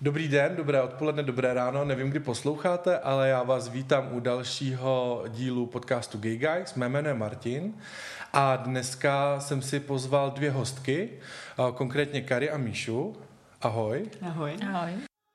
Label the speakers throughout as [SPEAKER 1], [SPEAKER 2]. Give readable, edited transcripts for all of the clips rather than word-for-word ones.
[SPEAKER 1] Dobrý den, dobré odpoledne, dobré ráno, nevím, kdy posloucháte, ale já vás vítám u dalšího dílu podcastu Gay Guys. Mé jméno je Martin a dneska jsem si pozval dvě hostky, konkrétně Kari a Míšu. Ahoj.
[SPEAKER 2] Ahoj.
[SPEAKER 3] Ahoj.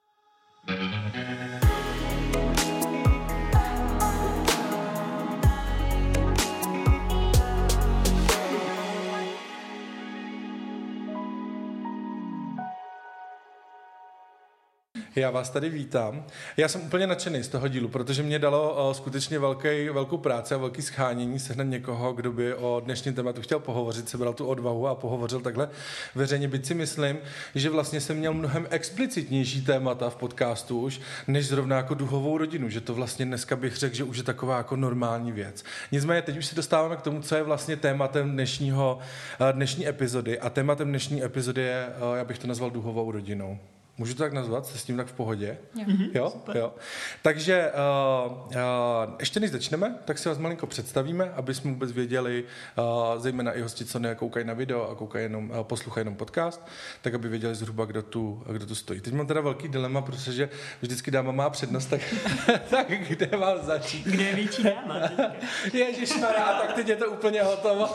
[SPEAKER 1] Já vás tady vítám. Já jsem úplně nadšený z toho dílu, protože mě dalo skutečně velkou práci a velký schánění sehnat někoho, kdo by o dnešním tématu chtěl pohovořit, sebral tu odvahu a pohovořil takhle veřejně. Byť si myslím, že vlastně jsem měl mnohem explicitnější témata v podcastu už, než zrovna jako duhovou rodinu, že to vlastně dneska bych řekl, že už je taková jako normální věc. Nicméně teď už se dostáváme k tomu, co je vlastně tématem dnešní epizody. A tématem dnešní epizody je, já bych to nazval duhovou rodinou. Můžu to tak nazvat? Jste s tím tak v pohodě? Jo? Jo. Takže ještě než začneme, tak si vás malinko představíme, aby jsme vůbec věděli, zejména i hosti, co nekoukají na video a poslouchají jenom podcast, tak aby věděli zhruba, kdo tu stojí. Teď mám teda velký dilema, protože vždycky dáma má přednost, tak kde mám začít?
[SPEAKER 2] Kde je větší dáma?
[SPEAKER 1] Ježišmarja, tak teď je to úplně hotovo.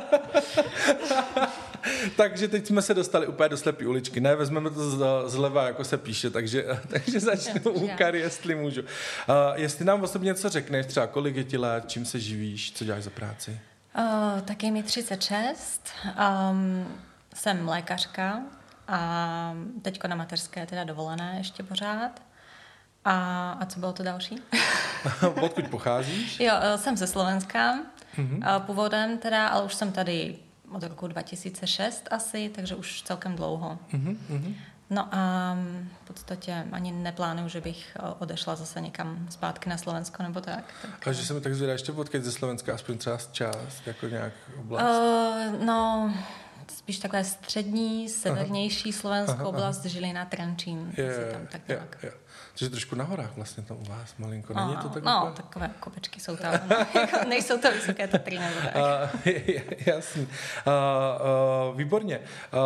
[SPEAKER 1] Takže teď jsme se dostali úplně do slepý uličky. Ne, vezmeme to zleva, jako se píše, takže začnu u Kari, jestli můžu. Jestli nám osobně něco řekneš, třeba kolik je ti let, čím se živíš, co děláš za práci?
[SPEAKER 3] Tak je mi 36, jsem lékařka a teďko na mateřské teda dovolené ještě pořád. A co bylo to další?
[SPEAKER 1] Odkud pocházíš?
[SPEAKER 3] Jo, jsem ze Slovenska, původem teda, ale už jsem tady od roku 2006 asi, takže už celkem dlouho. No a v podstatě ani neplánuju, že bych odešla zase někam zpátky na Slovensko nebo tak.
[SPEAKER 1] A že se mi tak zvědá ještě odkud ze Slovenska, aspoň třeba část, jako nějak oblast?
[SPEAKER 3] No, spíš takové střední, severnější slovenskou oblast, Žilina, Trenčín. Tam tak nějak.
[SPEAKER 1] Což je trošku na horách vlastně tam u vás, malinko. Není to tak
[SPEAKER 3] úplně? Takové kopečky jsou tam. Nejsou to vysoké Tatry nebo tak.
[SPEAKER 1] Jasný. Výborně.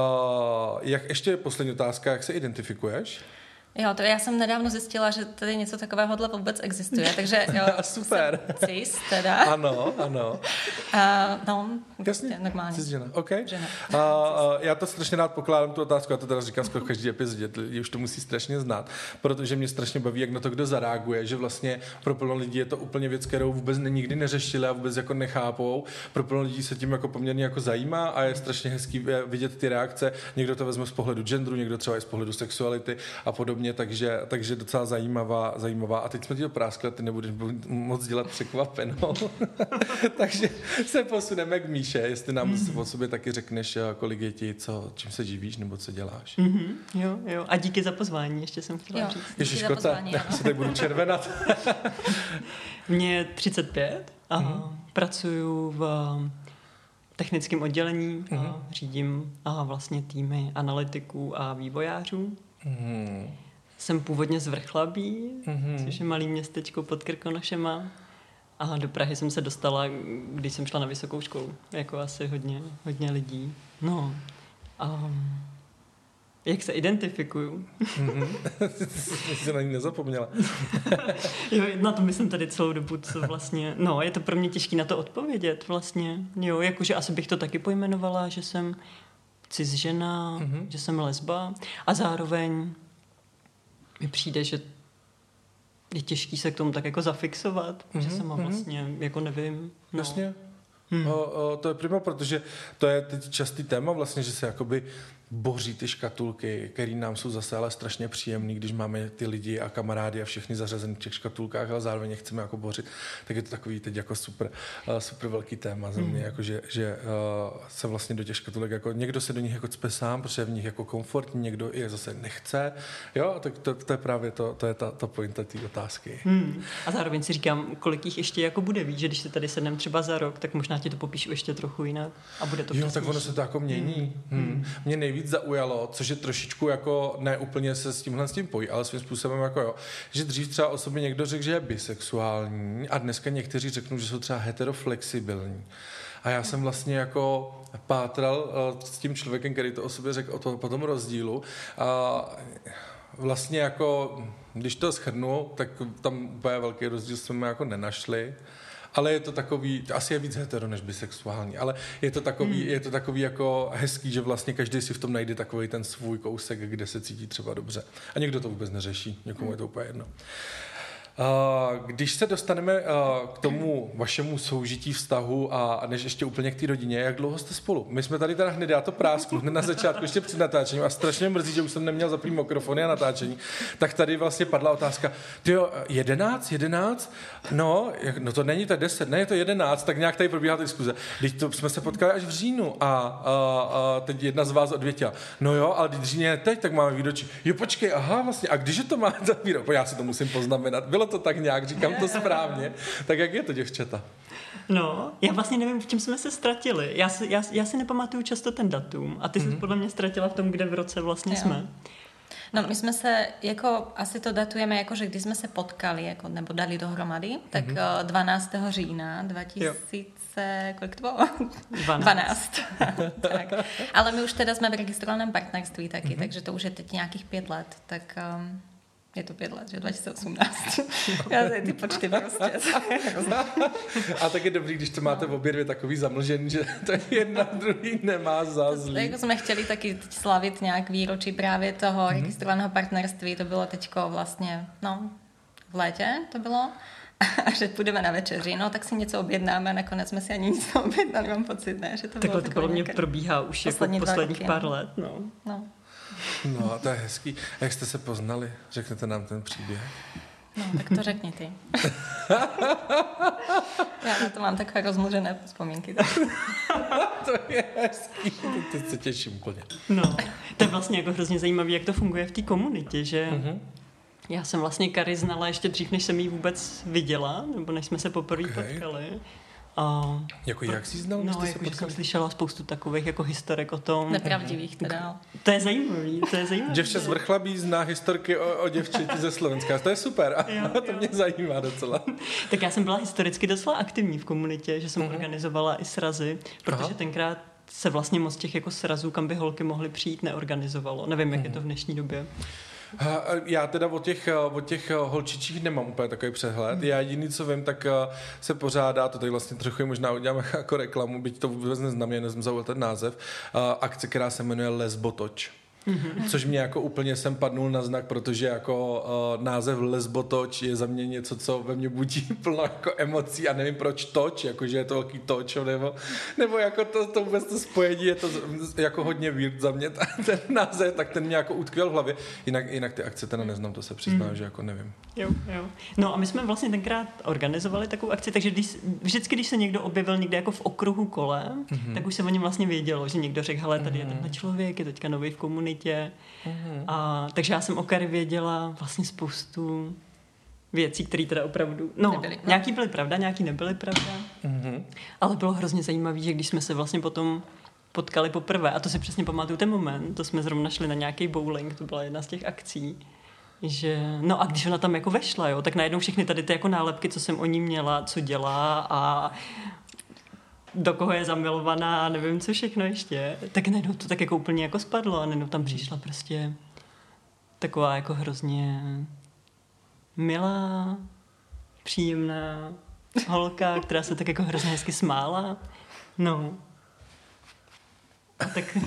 [SPEAKER 1] Jak ještě poslední otázka, jak se identifikuješ?
[SPEAKER 3] Jo, to já jsem nedávno zjistila, že tady něco takovéhohle vůbec existuje, takže jo,
[SPEAKER 1] super.
[SPEAKER 3] Jsem cis teda.
[SPEAKER 1] Ano.
[SPEAKER 3] No,
[SPEAKER 1] jasně,
[SPEAKER 3] normálně.
[SPEAKER 1] Cis žena, OK. Já to strašně rád pokládám tu otázku, já to teda říkám skoro v každé epizodě, lidi už to musí strašně znát, protože mě strašně baví, jak na to kdo zareaguje, že vlastně pro plno lidí je to úplně věc, kterou vůbec nikdy neřešili a vůbec jako nechápou. Pro plno lidí se tím jako poměrně jako zajímá a je strašně hezký vidět ty reakce. Někdo to vezme z pohledu genderu, někdo třeba i z pohledu sexuality a podobně. Takže docela zajímavá. A teď jsme ti to práskli, ty nebudeš moc dělat překvapenou. Takže se posuneme k Míše, jestli nám o sobě taky řekneš, kolik je ti, čím se živíš nebo co děláš.
[SPEAKER 2] Jo. A díky za pozvání, ještě jsem chtěla říct.
[SPEAKER 1] Ježiškota, tak se tady budu červenat.
[SPEAKER 2] Mně je 35 a pracuju v technickém oddělení, řídím vlastně týmy analytiků a vývojářů. Jsem původně z Vrchlabí, což je malý městečko pod Krkonošema. A do Prahy jsem se dostala, když jsem šla na vysokou školu. Jako asi hodně lidí. No. Jak se identifikuju?
[SPEAKER 1] Jsi na ní nezapomněla.
[SPEAKER 2] Jo, na to myslím tady celou dobu, co vlastně... No, je to pro mě těžké na to odpovědět vlastně. Jo, jakože asi bych to taky pojmenovala, že jsem cisžena, že jsem lesba. A zároveň mi přijde, že je těžký se k tomu tak jako zafixovat, že sama vlastně jako nevím. No.
[SPEAKER 1] Jasně. To je prima, protože to je teď častý téma vlastně, že se jakoby boří ty škatulky, které nám jsou zase ale strašně příjemný, když máme ty lidi a kamarády a všechny zařazený v těch škatulkách, ale zároveň chceme jako bořit, tak je to takový teď jako super velký téma za mě, jako že se vlastně do těch škatulek, jako někdo se do nich jako cpe sám, protože je v nich jako komfortní, někdo je zase nechce, jo, tak to je právě to je ta pointa té otázky.
[SPEAKER 2] A zároveň si říkám, kolik jich ještě jako bude, víš, že když se tady sednem třeba za rok, tak možná ti to popíšu ještě trochu jinak a bude to
[SPEAKER 1] jo, tak ono se to jako mění. Mě nejvíc zaujalo, což je trošičku jako ne úplně se s tím pojí, ale svým způsobem jako jo, že dřív třeba o sobě někdo řekl, že je bisexuální a dneska někteří řeknou, že jsou třeba heteroflexibilní. A já jsem vlastně jako pátral s tím člověkem, který to o sobě řekl po tom rozdílu. vlastně jako, když to shrnu, tak tam úplně velký rozdíl jsme jako nenašli. Ale je to takový, asi je víc hetero než bisexuální, ale je to takový jako hezký, že vlastně každý si v tom najde takový ten svůj kousek, kde se cítí třeba dobře. A někdo to vůbec neřeší, někomu je to úplně jedno. Když se dostaneme k tomu vašemu soužití vztahu a než ještě úplně k té rodině, jak dlouho jste spolu? My jsme tady teda hned, já to prásknu, hned na začátku, ještě před natáčením a strašně mrzí, že už jsem neměl zapít mikrofony a natáčení, tak tady vlastně padla otázka, tyjo, 11? No to není tak 10, ne, je to 11, tak nějak tady probíhá ta diskuze. Teď to jsme se potkali až v říjnu a teď jedna z vás odvětila, no jo, ale když říjně je teď, tak máme výročí. Jo, počkej, aha, vlastně, a když je to má za výročí? Já si to musím poznamenat. Bylo to tak nějak, říkám to správně. Tak jak je to, děvčata?
[SPEAKER 2] No, já vlastně nevím, v čem jsme se ztratili. Já si nepamatuju často ten datum a ty jsi podle mě ztratila v tom, kde v roce vlastně jsme.
[SPEAKER 3] No, my jsme se, jako asi to datujeme, jako, že když jsme se potkali, jako, nebo dali dohromady, tak 12. října 2000, kolik to bylo? 12. Tak. Ale my už teda jsme v registrovaném partnerství taky, takže to už je teď nějakých 5 let, tak je to 5 let, že 2018. Já ty počty prostě.
[SPEAKER 1] A tak je dobrý, když to máte v obě dvě takový zamlžený, že to jedna druhý nemá za zlý.
[SPEAKER 3] Jako jsme chtěli taky teď slavit nějak výročí právě toho registrovaného partnerství, to bylo teďko vlastně, v létě to bylo. A že půjdeme na večeři, no tak si něco objednáme a nakonec jsme si ani nic neobjednali, mám pocit, ne? Že to
[SPEAKER 2] takhle to podle mě probíhá už posledních pár let,
[SPEAKER 1] No a to je hezký. A jak jste se poznali? Řeknete nám ten příběh?
[SPEAKER 3] No, tak to řekni ty. Já na to mám takové rozmlžené vzpomínky.
[SPEAKER 1] To je hezký. Teď se těším úplně.
[SPEAKER 2] No, to je vlastně jako hrozně zajímavé, jak to funguje v té komunitě, že já jsem vlastně Kari znala ještě dřív, než jsem ji vůbec viděla, nebo než jsme se poprvé potkali.
[SPEAKER 1] Jako jak jsi znal?
[SPEAKER 2] No, jako jsem slyšela spoustu takových jako historek o tom.
[SPEAKER 3] Nepravdivých teda.
[SPEAKER 2] To je zajímavý.
[SPEAKER 1] Děvče z Vrchlabí zná historky o děvčeti ze Slovenska. To je super. A to mě zajímá docela.
[SPEAKER 2] Tak já jsem byla historicky docela aktivní v komunitě, že jsem organizovala i srazy, protože tenkrát se vlastně moc těch jako srazů, kam by holky mohly přijít, neorganizovalo. Nevím, jak je to v dnešní době.
[SPEAKER 1] Já teda o těch holčičích nemám úplně takový přehled. Já jediný, co vím, tak se pořádá, to tady vlastně trochu možná udělám jako reklamu, byť to vůbec neznám, jsem zaujal ten název, akce, která se jmenuje Lesbotoč. Což mě jako úplně sem padnul na znak, protože jako název Lesbotoč je za mě něco, co ve mně budí plno jako emocí a nevím proč toč, jakože je to velký toč, nebo jako to vůbec to spojení je to jako hodně weird za mě, ten název, tak ten mě jako utkvěl v hlavě. Jinak ty akce teda neznám, to se přiznám, že jako nevím.
[SPEAKER 2] Jo. No a my jsme vlastně tenkrát organizovali takovou akci, takže vždycky, když se někdo objevil někde jako v okruhu kolem, tak už se o něm vlastně vědělo, že někdo řekl, hele, tady je tenhle člověk, je teďka nový v komunitě. Takže já jsem o Kari věděla vlastně spoustu věcí, které teda opravdu... Nějaký byly pravda, nějaký nebyly pravda. Ale bylo hrozně zajímavé, že když jsme se vlastně potom potkali poprvé, a to si přesně pamatuju ten moment, to jsme zrovna šli na nějaký bowling, to byla jedna z těch akcí, že... No a když ona tam jako vešla, jo, tak najednou všechny tady ty jako nálepky, co jsem o ní měla, co dělá a do koho je zamilovaná a nevím, co všechno ještě, tak najednou to tak jako úplně jako spadlo a najednou tam přišla prostě taková jako hrozně milá, příjemná holka, která se tak jako hrozně hezky smála. No. A tak...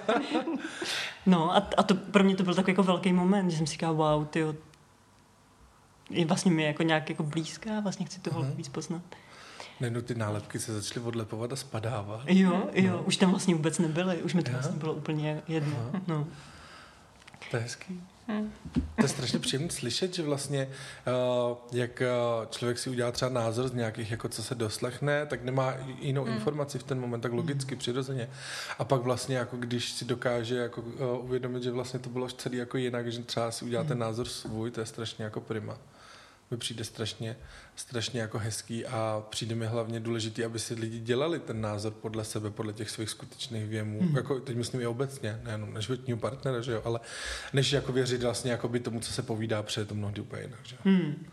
[SPEAKER 2] No a to pro mě to byl takový jako velký moment, že jsem si říkala, wow, tyjo, je vlastně mi jako nějak jako blízká, vlastně chci tu holku víc poznat.
[SPEAKER 1] Najednou ty nálepky se začaly odlepovat a spadávat.
[SPEAKER 2] Jo, už tam vlastně vůbec nebyly, už mi to vlastně bylo úplně jedno. No.
[SPEAKER 1] To je hezký. To je strašně příjemné slyšet, že vlastně jak člověk si udělá třeba názor z nějakých, jako co se doslechne, tak nemá jinou informaci v ten moment, tak logicky, přirozeně. A pak vlastně, jako když si dokáže jako uvědomit, že vlastně to bylo celý jako jinak, že třeba si udělá ten názor svůj, to je strašně jako prima. Mi přijde strašně jako hezký a přijde mi hlavně důležitý, aby si lidi dělali ten názor podle sebe, podle těch svých skutečných věmů. Jako, teď myslím i obecně, nejenom na životního partnera, že jo, ale než jako věřit vlastně jakoby tomu, co se povídá, protože je to mnohdy úplně jinak, že?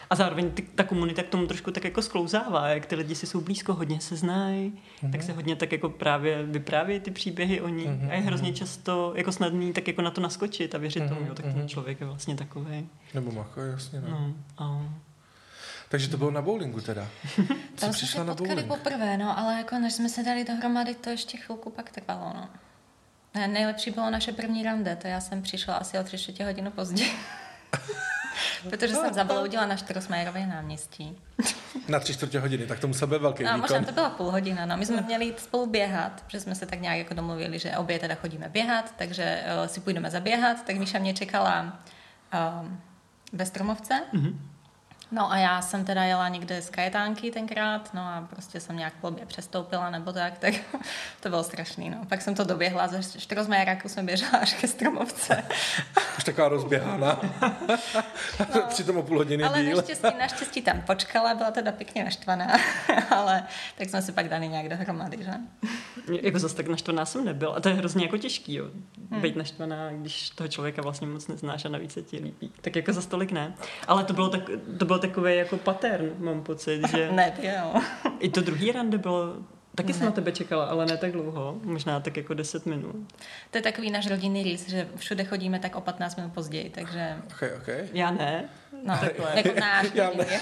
[SPEAKER 2] A zároveň ta komunita k tomu trošku tak jako sklouzává, jak ty lidi si jsou blízko, hodně se znají, tak se hodně tak jako právě vyprávějí ty příběhy o ní. A je hrozně často jako snadný tak jako na to naskočit a věřit tomu, jo, tak ten člověk je vlastně takovej.
[SPEAKER 1] Nebo Mako, jasně, no.
[SPEAKER 2] No.
[SPEAKER 1] Takže to bylo na bowlingu teda.
[SPEAKER 3] Tam jsme se potkali poprvé, no, ale jako než jsme se dali dohromady, to ještě chvilku pak trvalo, no. Nejlepší bylo naše první rande, to já jsem přišla asi o 3/4 hodinu později. Protože jsem zabloudila na Štrosmajerově náměstí.
[SPEAKER 1] Na 3/4 hodiny, tak to musel být velký výkon.
[SPEAKER 3] Možná to byla půl hodina, no. My jsme měli jít spolu běhat, protože jsme se tak nějak jako domluvili, že obě teda chodíme běhat, takže si půjdeme zaběhat, tak Míša mě čekala ve Stromovce. No a já jsem teda jela někde z Kajetánky tenkrát, no a prostě jsem nějak blbě přestoupila nebo tak to bylo strašný, no. Pak jsem to doběhla, ze Štrosmajeráku jsem běžela až ke Stromovce.
[SPEAKER 1] Už taková rozběhána. No, přitom o půl hodiny
[SPEAKER 3] ale
[SPEAKER 1] díl.
[SPEAKER 3] naštěstí tam počkala, byla teda pěkně naštvaná, ale tak jsme si pak dali nějak dohromady, že?
[SPEAKER 2] Jako zase tak naštvaná jsem nebyl. A to je hrozně jako těžký, jo. Být naštvaná, když toho člověka vlastně moc neznáš a navíc se ti líbí. Tak jako za stolik ne. Ale to bylo takový jako pattern, mám pocit, že...
[SPEAKER 3] Ne, jo.
[SPEAKER 2] I to druhý rande bylo... Taky jsem na tebe čekala, ale ne tak dlouho. Možná tak jako 10 minut.
[SPEAKER 3] To je takový náš rodinný rys, že všude chodíme tak o 15 minut později, takže...
[SPEAKER 1] Okay.
[SPEAKER 2] Já ne.
[SPEAKER 3] No, jako náš
[SPEAKER 1] já ne.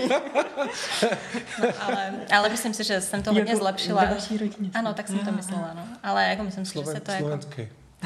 [SPEAKER 3] No, ale myslím si, že jsem to hodně
[SPEAKER 2] jako
[SPEAKER 3] zlepšila.
[SPEAKER 2] Ve vaší rodině.
[SPEAKER 3] Ano, tak jsem to myslela, no. Ale jako myslím si, že se to
[SPEAKER 1] Slovenský.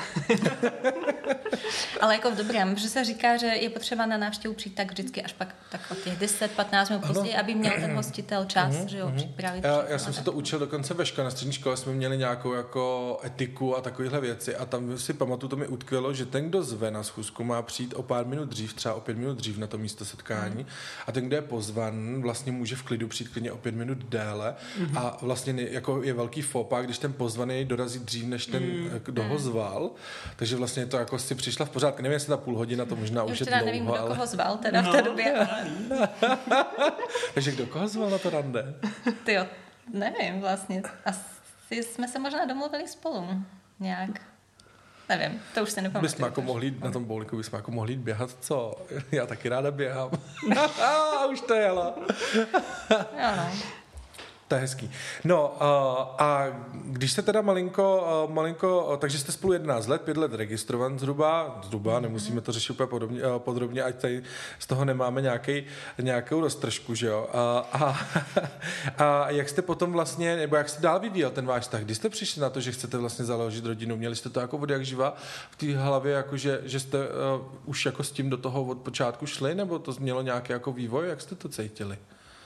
[SPEAKER 3] Ale jako v dobrém, že se říká, že je potřeba na návštěvu přijít tak vždycky až pak tak o těch 10-15 minut později, aby měl ten hostitel čas, že jo, připravit.
[SPEAKER 1] Já jsem se to učil dokonce ve škole, na střední škole jsme měli nějakou jako etiku a takovéhle věci a tam si pamatuju, to mi utkvělo, že ten, kdo zve na schůzku, má přijít o pár minut dřív, třeba o 5 minut dřív na to místo setkání a ten, kdo je pozvan, vlastně může v klidu přijít klidně o 5 minut déle a vlastně jako je velký fopa, když ten pozvaný dorazí dřív, než ten, kdo ho zval. Takže vlastně to jako si přišla v pořádku. Nevím, jestli ta půl hodina, to možná už je dlouho,
[SPEAKER 3] nevím, kdo koho zval teda v té době.
[SPEAKER 1] Takže kdo koho zval na to rande?
[SPEAKER 3] Tyjo, nevím vlastně. Asi jsme se možná domluvili spolu nějak. Nevím, to už se nepamatuju.
[SPEAKER 1] Bychom jako mohli jít na tom bowlingu, bychom jako mohli jít běhat, co? Já taky ráda běhám. Už to jela.
[SPEAKER 3] Jo, no.
[SPEAKER 1] To je hezký. No a když se teda malinko, takže jste spolu 11 let, 5 let registrovan zhruba, nemusíme to řešit úplně podrobně, ať tady z toho nemáme nějakou roztržku, že jo. A jak jste potom vlastně, nebo jak jste dál vyvíjel ten váš vztah? Kdy jste přišli na to, že chcete vlastně založit rodinu? Měli jste to jako od jak živa v té hlavě, jako že jste už jako s tím do toho od počátku šli, nebo to mělo nějaký jako vývoj? Jak jste to cítili?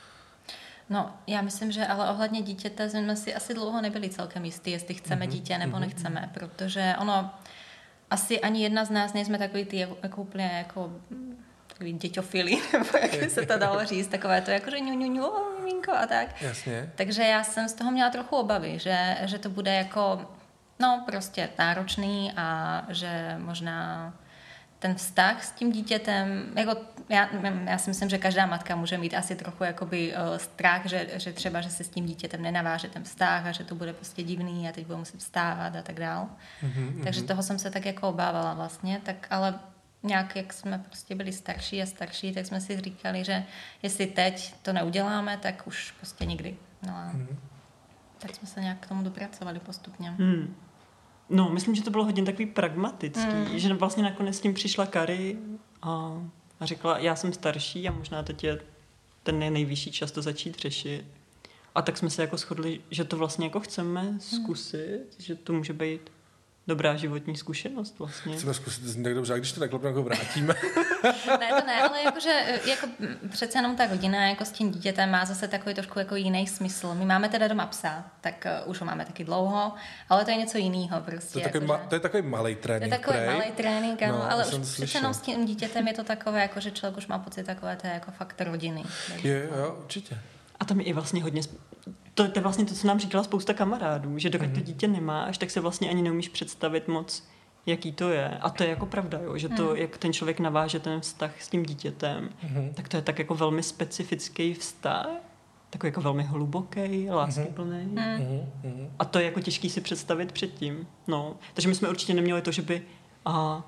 [SPEAKER 3] No, já myslím, že ale ohledně dítěte jsme si asi dlouho nebyli celkem jistí, jestli chceme dítě nebo nechceme, protože ono, asi ani jedna z nás nejsme takový ty jako úplně jako takový děťofily, nebo jak se to dalo říct, takové to jako, že miminko a tak.
[SPEAKER 1] Jasně.
[SPEAKER 3] Takže já jsem z toho měla trochu obavy, že to bude jako, no prostě náročný a že možná ten vztah s tím dítětem, jako já si myslím, že každá matka může mít asi trochu jakoby strach, že třeba, že se s tím dítětem nenaváže ten vztah a že to bude prostě divný a teď bude muset vstávat a tak dál. Takže toho jsem se tak jako obávala vlastně, tak ale nějak, jak jsme prostě byli starší a starší, tak jsme si říkali, že jestli teď to neuděláme, tak už prostě nikdy. No a tak jsme se nějak k tomu dopracovali postupně.
[SPEAKER 2] No, myslím, že to bylo hodně takový pragmatický, že vlastně nakonec s tím přišla Kari a řekla, já jsem starší a možná teď je ten nejvyšší čas to začít řešit. A tak jsme se jako shodli, že to vlastně jako chceme zkusit, že to může být dobrá životní zkušenost vlastně.
[SPEAKER 1] Chceme zkusit, zní tak dobře, a když to neklapne, jako vrátíme.
[SPEAKER 3] Ne, to ne, ale jakože jako přece jenom ta rodina jako s tím dítětem má zase takový trošku jako jiný smysl. My máme teda doma psa, tak už ho máme taky dlouho, ale to je něco jiného prostě.
[SPEAKER 1] To je takový malej trénink.
[SPEAKER 3] To je takový malej trénink, ano,
[SPEAKER 1] no,
[SPEAKER 3] ale už přece jenom s tím dítětem je to takové, jako že člověk už má pocit takové, to je jako fakt rodiny.
[SPEAKER 1] Jo, určitě.
[SPEAKER 2] A tam je i vlastně hodně... To je vlastně to, co nám říkala spousta kamarádů, že dokud to dítě nemáš, tak se vlastně ani neumíš představit moc, jaký to je. A to je jako pravda, jo, že to, jak ten člověk naváže ten vztah s tím dítětem, tak to je tak jako velmi specifický vztah, takový jako velmi hluboký, láskyplný. A to je jako těžký si představit předtím. No. Takže my jsme určitě neměli to, že by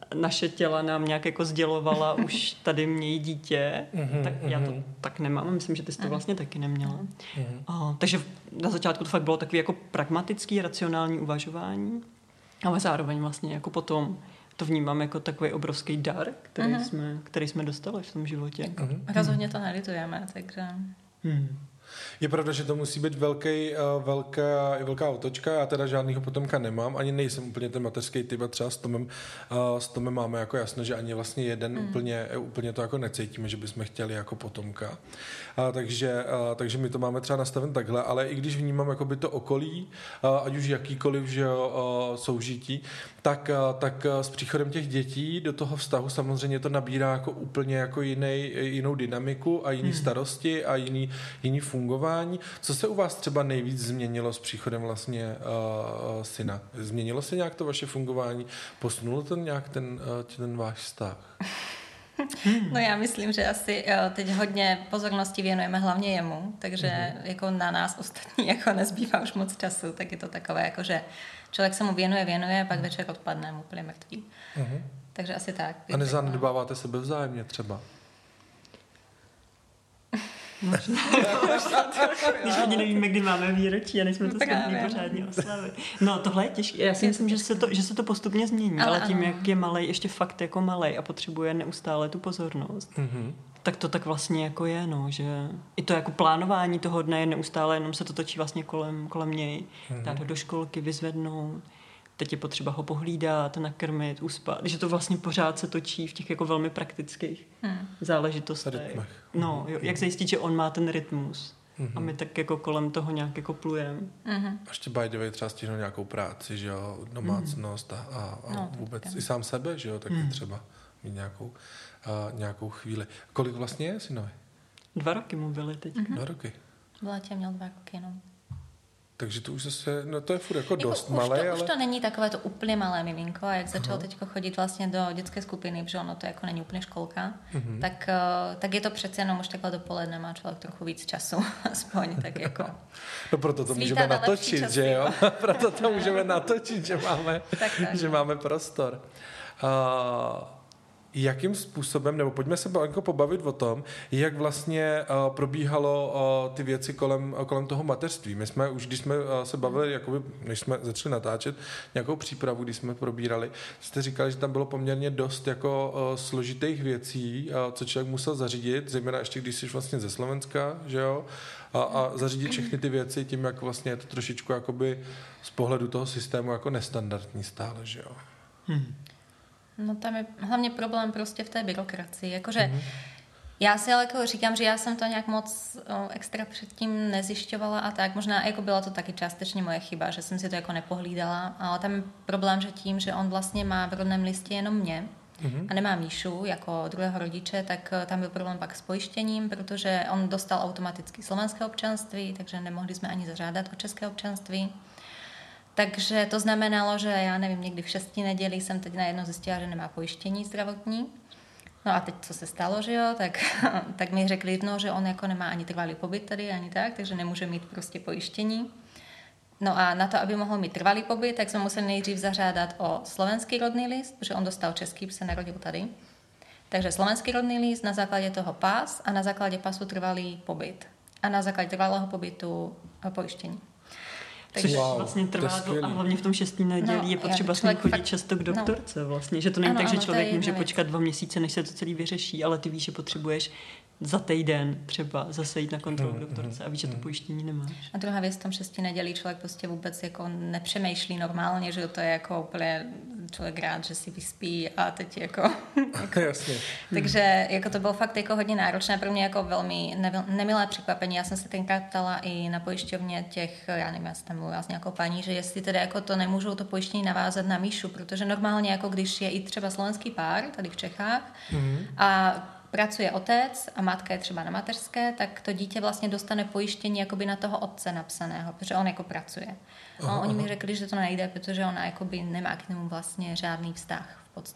[SPEAKER 2] naše těla nám nějak jako sdělovala, už tady mějí dítě, tak já to tak nemám. Myslím, že ty jsi to vlastně taky neměla. Takže na začátku to fakt bylo takový jako pragmatický, racionální uvažování, ale zároveň vlastně jako potom to vnímám jako takový obrovský dar, který jsme dostali v tom životě.
[SPEAKER 3] Rozhodně to nelitujeme, takže...
[SPEAKER 1] Je pravda, že to musí být velká otočka, já teda žádnýho potomka nemám, ani nejsem úplně ten mateřský typ a třeba s Tomem máme jako jasno, že ani vlastně jeden úplně to jako necítíme, že bychom chtěli jako potomka. Takže my to máme třeba nastaven takhle, ale i když vnímám jakoby to okolí, ať už jakýkoliv že soužití, tak s příchodem těch dětí do toho vztahu samozřejmě to nabírá jako úplně jako jinou dynamiku a jiný starosti a jiný fungování. Co se u vás třeba nejvíc změnilo s příchodem vlastně syna? Změnilo se nějak to vaše fungování? Posunulo to nějak ten váš vztah?
[SPEAKER 3] No já myslím, že asi teď hodně pozornosti věnujeme hlavně jemu, takže jako na nás ostatní jako nezbývá už moc času, tak je to takové jako, že člověk se mu věnuje, pak večer odpadne, úplně mrtvý. Takže asi tak.
[SPEAKER 1] A nezanedbáváte sebe vzájemně třeba?
[SPEAKER 2] Když ani nevíme, kdy máme výročí a nejsme to schopni pořádně oslavit. No tohle je těžké. Já si myslím, že se to postupně změní, ale tím, jak je malej, ještě fakt jako malej a potřebuje neustále tu pozornost, tak to tak vlastně jako je, no, že i to jako plánování toho dne je neustále, jenom se to točí vlastně kolem něj. Dát ho do školky, vyzvednout. Teď je potřeba ho pohlídat, nakrmit, uspat. Že to vlastně pořád se točí v těch jako velmi praktických záležitostech. No, jo, jak zajistit, že on má ten rytmus. A my tak jako kolem toho nějak jako plujeme.
[SPEAKER 1] A ještě by the way třeba stihnout nějakou práci, že jo, domácnost a vůbec i sám sebe, že jo, tak je třeba mít nějakou chvíli. Kolik vlastně je synovi?
[SPEAKER 2] 2 roky mu byly teď.
[SPEAKER 1] 2 roky.
[SPEAKER 3] V létě měl 2 roky, no.
[SPEAKER 1] Takže to už zase, no to je furt jako dost malé, ale...
[SPEAKER 3] Už to není takové to úplně malé miminko a jak začal teď chodit vlastně do dětské skupiny, protože ono to jako není úplně školka, tak je to přece jenom už takhle dopoledne má člověk trochu víc času, aspoň tak jako...
[SPEAKER 1] No proto to můžeme natočit, že jo? Proto to můžeme natočit, že máme prostor. Jakým způsobem, nebo pojďme se pobavit o tom, jak vlastně probíhalo ty věci kolem toho mateřství. My jsme už, když jsme se bavili, jakoby, než jsme začali natáčet nějakou přípravu, když jsme probírali, jste říkali, že tam bylo poměrně dost jako složitých věcí, co člověk musel zařídit, zejména ještě když jsi vlastně ze Slovenska, že jo? A zařídit všechny ty věci tím, jak vlastně je to trošičku jakoby z pohledu toho systému jako nestandardní stále, že jo?
[SPEAKER 3] No tam je hlavně problém prostě v té byrokracii. Jakože já si ale jako říkám, že já jsem to nějak moc extra předtím nezjišťovala a tak. Možná jako byla to taky částečně moje chyba, že jsem si to jako nepohlídala. Ale tam je problém, že tím, že on vlastně má v rodném listě jenom mě a nemá Míšu jako druhého rodiče, tak tam byl problém pak s pojištěním, protože on dostal automaticky slovenské občanství, takže nemohli jsme ani zažádat o české občanství. Takže to znamenalo, že já nevím, někdy v 6 nedělí jsem teď najednou zjistila, že nemá pojištění zdravotní. No a teď co se stalo, že jo, tak mi řekli, no, že on jako nemá ani trvalý pobyt tady, ani tak, takže nemůže mít prostě pojištění. No a na to, aby mohl mít trvalý pobyt, tak jsme museli nejdřív zažádat o slovenský rodný list, protože on dostal český, se narodil tady. Takže slovenský rodný list, na základě toho pas a na základě pasu trvalý pobyt. A na základě trvalého pobytu pojištění.
[SPEAKER 2] Což vlastně trvá a hlavně v tom 6. nedělí je potřeba s ním chodit často k doktorce vlastně, že to není tak, že člověk může počkat 2 měsíce, než se to celý vyřeší, ale ty víš, že potřebuješ za týden třeba zase jít na kontrolu k doktorce a víš, že to pojištění nemáš.
[SPEAKER 3] A druhá věc, v tom 6 nedělí člověk prostě vůbec jako nepřemýšlí normálně, že to je jako úplně člověk rád, že si vyspí a teď jako
[SPEAKER 1] jasně.
[SPEAKER 3] Takže jako to bylo fakt jako hodně náročné pro mě jako velmi nemilé překvapení. Já jsem se tenkrát ptala i na pojišťovně těch, já nevím, já jsem tam mluvila s nějakou paní, že jestli teda jako to nemůžou to pojištění navázat na Míšu, protože normálně jako když je i třeba slovenský pár tady v Čechách a pracuje otec a matka je třeba na mateřské, tak to dítě vlastně dostane pojištění jakoby na toho otce napsaného, protože on jako pracuje. A oni mi řekli, že to nejde, protože ona jakoby nemá k němu vlastně žádný vztah v podstatě.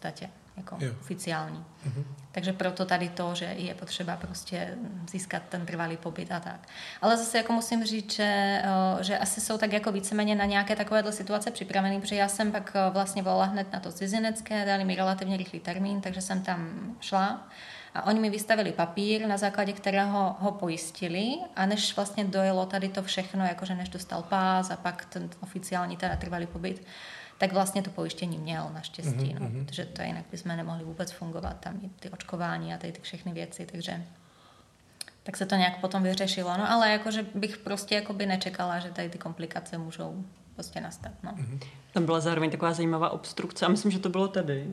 [SPEAKER 3] jako oficiální. Takže proto tady to, že je potřeba prostě získat ten trvalý pobyt a tak. Ale zase jako musím říct, že asi jsou tak jako víceméně na nějaké takovéhle situace připravený, protože já jsem pak vlastně volala hned na to cizinecké, dali mi relativně rychlý termín, takže jsem tam šla. A oni mi vystavili papír, na základě kterého ho pojistili a než vlastně dojelo tady to všechno, jakože než dostal pás a pak ten oficiální teda trvalý pobyt, tak vlastně to pojištění měl naštěstí, protože to jinak bychom nemohli vůbec fungovat, tam i ty očkování a tady ty všechny věci, takže tak se to nějak potom vyřešilo, no ale jakože bych prostě jakoby nečekala, že tady ty komplikace můžou prostě nastat, no.
[SPEAKER 2] Tam byla zároveň taková zajímavá obstrukce a myslím, že to bylo tady,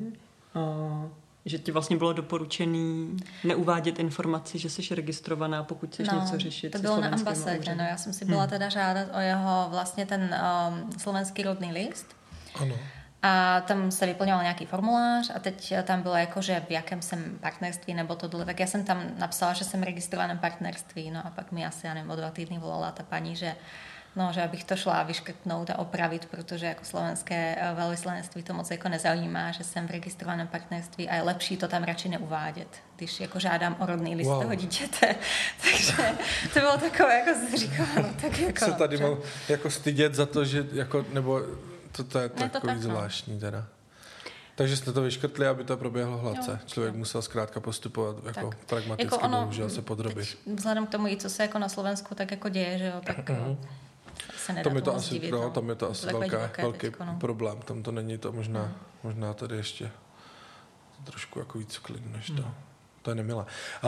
[SPEAKER 2] že ti vlastně bylo doporučený neuvádět informaci, že jsi registrovaná, pokud chceš něco řešit.
[SPEAKER 3] To bylo na ambasádě, no já jsem si byla teda žádat o jeho vlastně ten slovenský rodný list.
[SPEAKER 1] Ano.
[SPEAKER 3] A tam se vyplňoval nějaký formulář a teď tam bylo jako, že v jakém jsem partnerství nebo tohle, tak já jsem tam napsala, že jsem registrovaném partnerství, no a pak mi asi, já nevím, o 2 týdny volala ta paní, že abych to šla vyškrtnout a opravit, protože jako slovenské velvyslanectví to moc jako nezajímá, že jsem v registrovaném partnerství a je lepší to tam radši neuvádět, když jako žádám o rodný list toho dítěte. Takže to bylo takové, jako si říkala, no tak jako...
[SPEAKER 1] Se tady mám jako stydět za to, že jako, nebo to je takový
[SPEAKER 3] tak,
[SPEAKER 1] zvláštní teda. Takže jste to vyškrtli, aby to proběhlo hladce. Člověk musel zkrátka postupovat jako pragmaticky, jako bohužel se podrobit.
[SPEAKER 3] Vzhledem k tomu, i co se jako na Slovensku tak jako děje, že jo, tak se nedá
[SPEAKER 1] tam je to
[SPEAKER 3] moc
[SPEAKER 1] asi,
[SPEAKER 3] divit.
[SPEAKER 1] tam je to asi velký problém. Tam to není to možná tady ještě trošku jako víc v klidu než to. To je nemilé.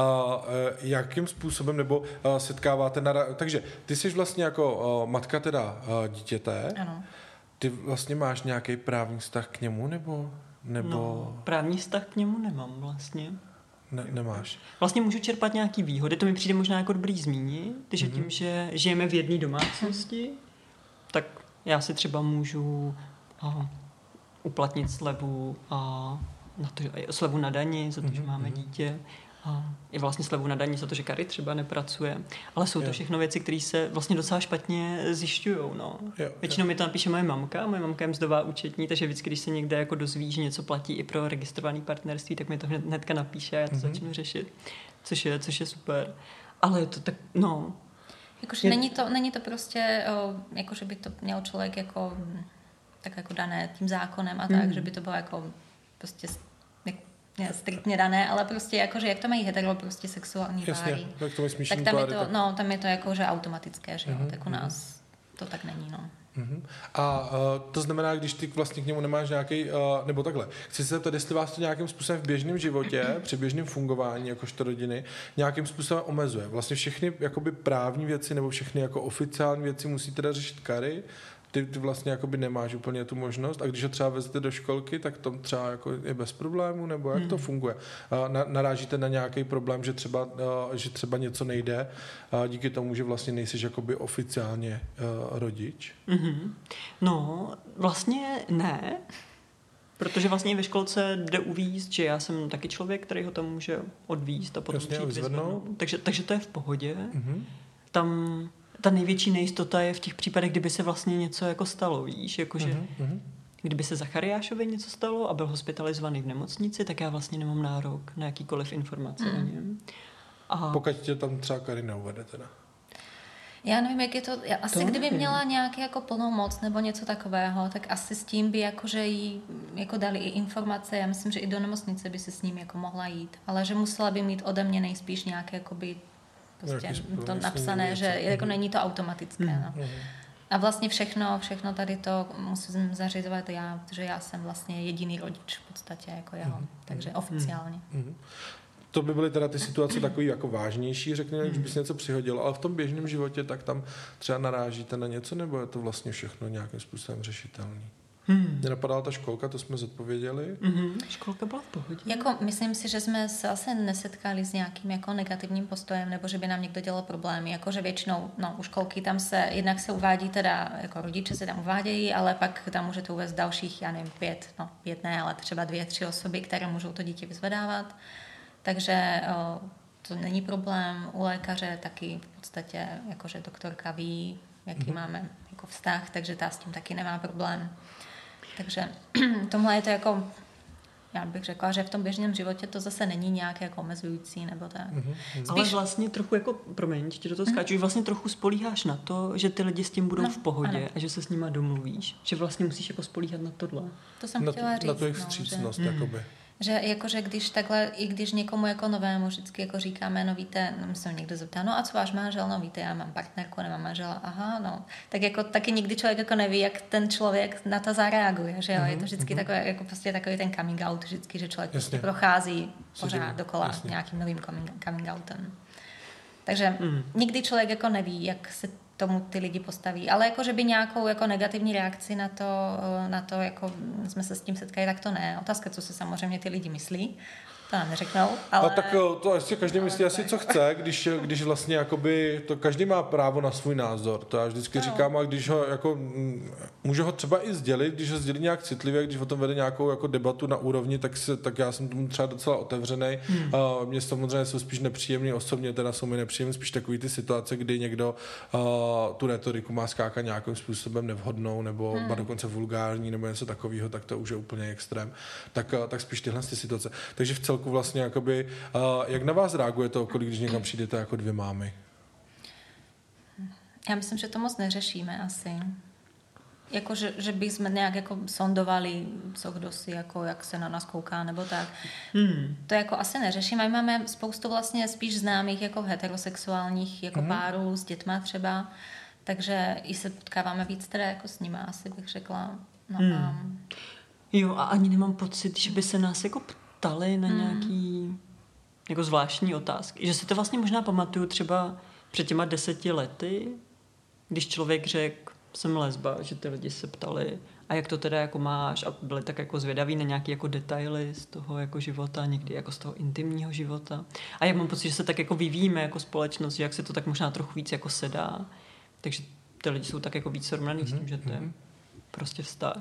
[SPEAKER 1] Jakým způsobem nebo setkáváte takže ty jsi vlastně jako matka teda dítěte.
[SPEAKER 3] Ano.
[SPEAKER 1] Ty vlastně máš nějaký právní vztah k němu, nebo?
[SPEAKER 2] No, právní vztah k němu nemám vlastně.
[SPEAKER 1] Nemáš.
[SPEAKER 2] Vlastně můžu čerpat nějaký výhody, to mi přijde možná jako dobrý zmínit, že tím, že žijeme v jedné domácnosti, tak já si třeba můžu uplatnit slevu slevu na dani za to, že máme dítě. I vlastně slevu na daní za to, že Kari třeba nepracuje. Ale jsou to všechno věci, které se vlastně docela špatně zjišťujou. No. Většinou mi to napíše moje mamka. Moje mamka je mzdová účetní, takže vždycky, když se někde jako dozví, že něco platí i pro registrované partnerství, tak mi to hnedka napíše a já to začnu řešit. Což je super. Ale je to tak, no...
[SPEAKER 3] Jakože není to prostě, jakože by to měl člověk jako tak jako dané tím zákonem a tak, že by to bylo jako prostě striktně dané, ale prostě jakože jak to mají hetero prostě sexuální páry. Tak tam je to jakože automatické, že jo, tak u nás to tak není, no.
[SPEAKER 1] A to znamená, když ty vlastně k němu nemáš nějaký, nebo takhle, chci se zeptat, jestli vás to nějakým způsobem v běžném životě, při běžném fungování jakožto rodiny, nějakým způsobem omezuje. Vlastně všechny jakoby právní věci nebo všechny jako oficiální věci musí teda řešit Kari, ty vlastně jakoby nemáš úplně tu možnost a když ho třeba vezete do školky, tak to třeba jako je bez problému, nebo jak to funguje? Narážíte na nějaký problém, že třeba něco nejde díky tomu, že vlastně nejsiš jakoby oficiálně rodič?
[SPEAKER 2] No, vlastně ne, protože vlastně ve školce jde uvízt, že já jsem taky člověk, který ho tam může odvízt a potom přijít vyzvednout. Takže to je v pohodě. Tam ta největší nejistota je v těch případech, kdyby se vlastně něco jako stalo, víš, jakože kdyby se Zachariášovi něco stalo a byl hospitalizovaný v nemocnici, tak já vlastně nemám nárok na jakýkoliv informace o něm.
[SPEAKER 1] Pokud tě tam třeba Kari neuvede teda.
[SPEAKER 3] Já nevím, jak je to, kdyby měla nějaký jako plnou moc nebo něco takového, tak asi s tím by jakože jí jako dali i informace, já myslím, že i do nemocnice by se s ním jako mohla jít, ale že musela by mít ode mě nejspíš nějaké jakoby prostě to napsané, že jako není to automatické. No. A vlastně všechno tady to musím zařizovat já, protože já jsem vlastně jediný rodič v podstatě jako jeho, takže oficiálně.
[SPEAKER 1] To by byly teda ty situace takový jako vážnější, řekněme, když by se něco přihodilo, ale v tom běžném životě tak tam třeba narážíte na něco, nebo je to vlastně všechno nějakým způsobem řešitelný? Mě napadala ta školka, to jsme zodpověděli.
[SPEAKER 2] Školka byla v pohodě.
[SPEAKER 3] Jako, myslím si, že jsme se asi nesetkali s nějakým jako negativním postojem, nebo že by nám někdo dělal problémy. Jakože většinou u školky tam jednak se uvádí teda, jako rodiče se tam uvádějí, ale pak tam můžete uvést dalších, já nevím, 5 ne, ale třeba 2, 3 osoby, které můžou to dítě vyzvedávat. Takže to není problém. U lékaře taky v podstatě, jakože doktorka ví, jaký máme jako vztah, takže ta s tím taky nemá problém. Takže tomhle je to jako já bych řekla, že v tom běžném životě to zase není nějak jako omezující nebo tak.
[SPEAKER 2] Ale vlastně trochu jako, promiň, ti do toho skáču, vlastně trochu spolíháš na to, že ty lidi s tím budou v pohodě a že se s nima domluvíš. Že vlastně musíš jako spolíhat na tohle.
[SPEAKER 3] To jsem chtěla říct.
[SPEAKER 1] Na tu jejich vstřícnost, jakoby.
[SPEAKER 3] Že jakože když takhle, i když někomu jako novému vždycky jako říkáme, no víte, no se někdo zeptá, no a co váš manžel, no víte, já mám partnerku, nemám manžela, aha, no. Tak jako taky nikdy člověk jako neví, jak ten člověk na to zareaguje, že jo, je to vždycky takové, jako prostě takový ten coming out vždycky, že člověk prostě prochází pořád dokola nějakým novým coming outem. Takže nikdy člověk jako neví, jak se tomu ty lidi postaví. Ale jako, že by nějakou jako negativní reakci na to, jako jsme se s tím setkali, tak to ne. Otázka, co si samozřejmě ty lidi myslí, to nám neřeknou. Ale...
[SPEAKER 1] A tak to asi každý myslí asi, co chce, když vlastně jakoby, to každý má právo na svůj názor. To já vždycky říkám, a když ho jako, může ho třeba i sdělit, když ho sdělí nějak citlivě, když o tom vede nějakou jako debatu na úrovni, tak já jsem tomu třeba docela otevřenej. Mně samozřejmě jsou spíš nepříjemný, osobně teda jsou mi nepříjemný spíš takový ty situace, kdy někdo tu retoriku má skákat nějakým způsobem nevhodnou, nebo dokonce vulgární, nebo něco takového, tak to už je úplně extrém. Tak spíš tyhle situace. Takže v celku vlastně jakoby, jak na vás reaguje to okolí, když někam přijdete jako dvě mámy?
[SPEAKER 3] Já myslím, že to moc neřešíme asi. Jako, že bychom nějak jako sondovali, co kdo si, jako, jak se na nás kouká, nebo tak. To jako asi neřešíme. My máme spoustu vlastně spíš známých jako heterosexuálních jako párů s dětma třeba, takže i se potkáváme víc teda jako s nimi, asi bych řekla. No,
[SPEAKER 2] Jo, a ani nemám pocit, že by se nás jako ptali na nějaký jako zvláštní otázky. Že si to vlastně možná pamatuju třeba před těma 10 lety, když člověk řekl, jsem lesba, že ty lidi se ptali, a jak to teda jako máš, a byli tak jako zvědaví na nějaký jako detaily z toho jako života, někdy jako z toho intimního života. A já mám pocit, že se tak jako vyvíjíme jako společnost, že jak se to tak možná trochu víc jako sedá. Takže ty lidi jsou tak jako víc srovnaný s tím, že to je prostě vztah.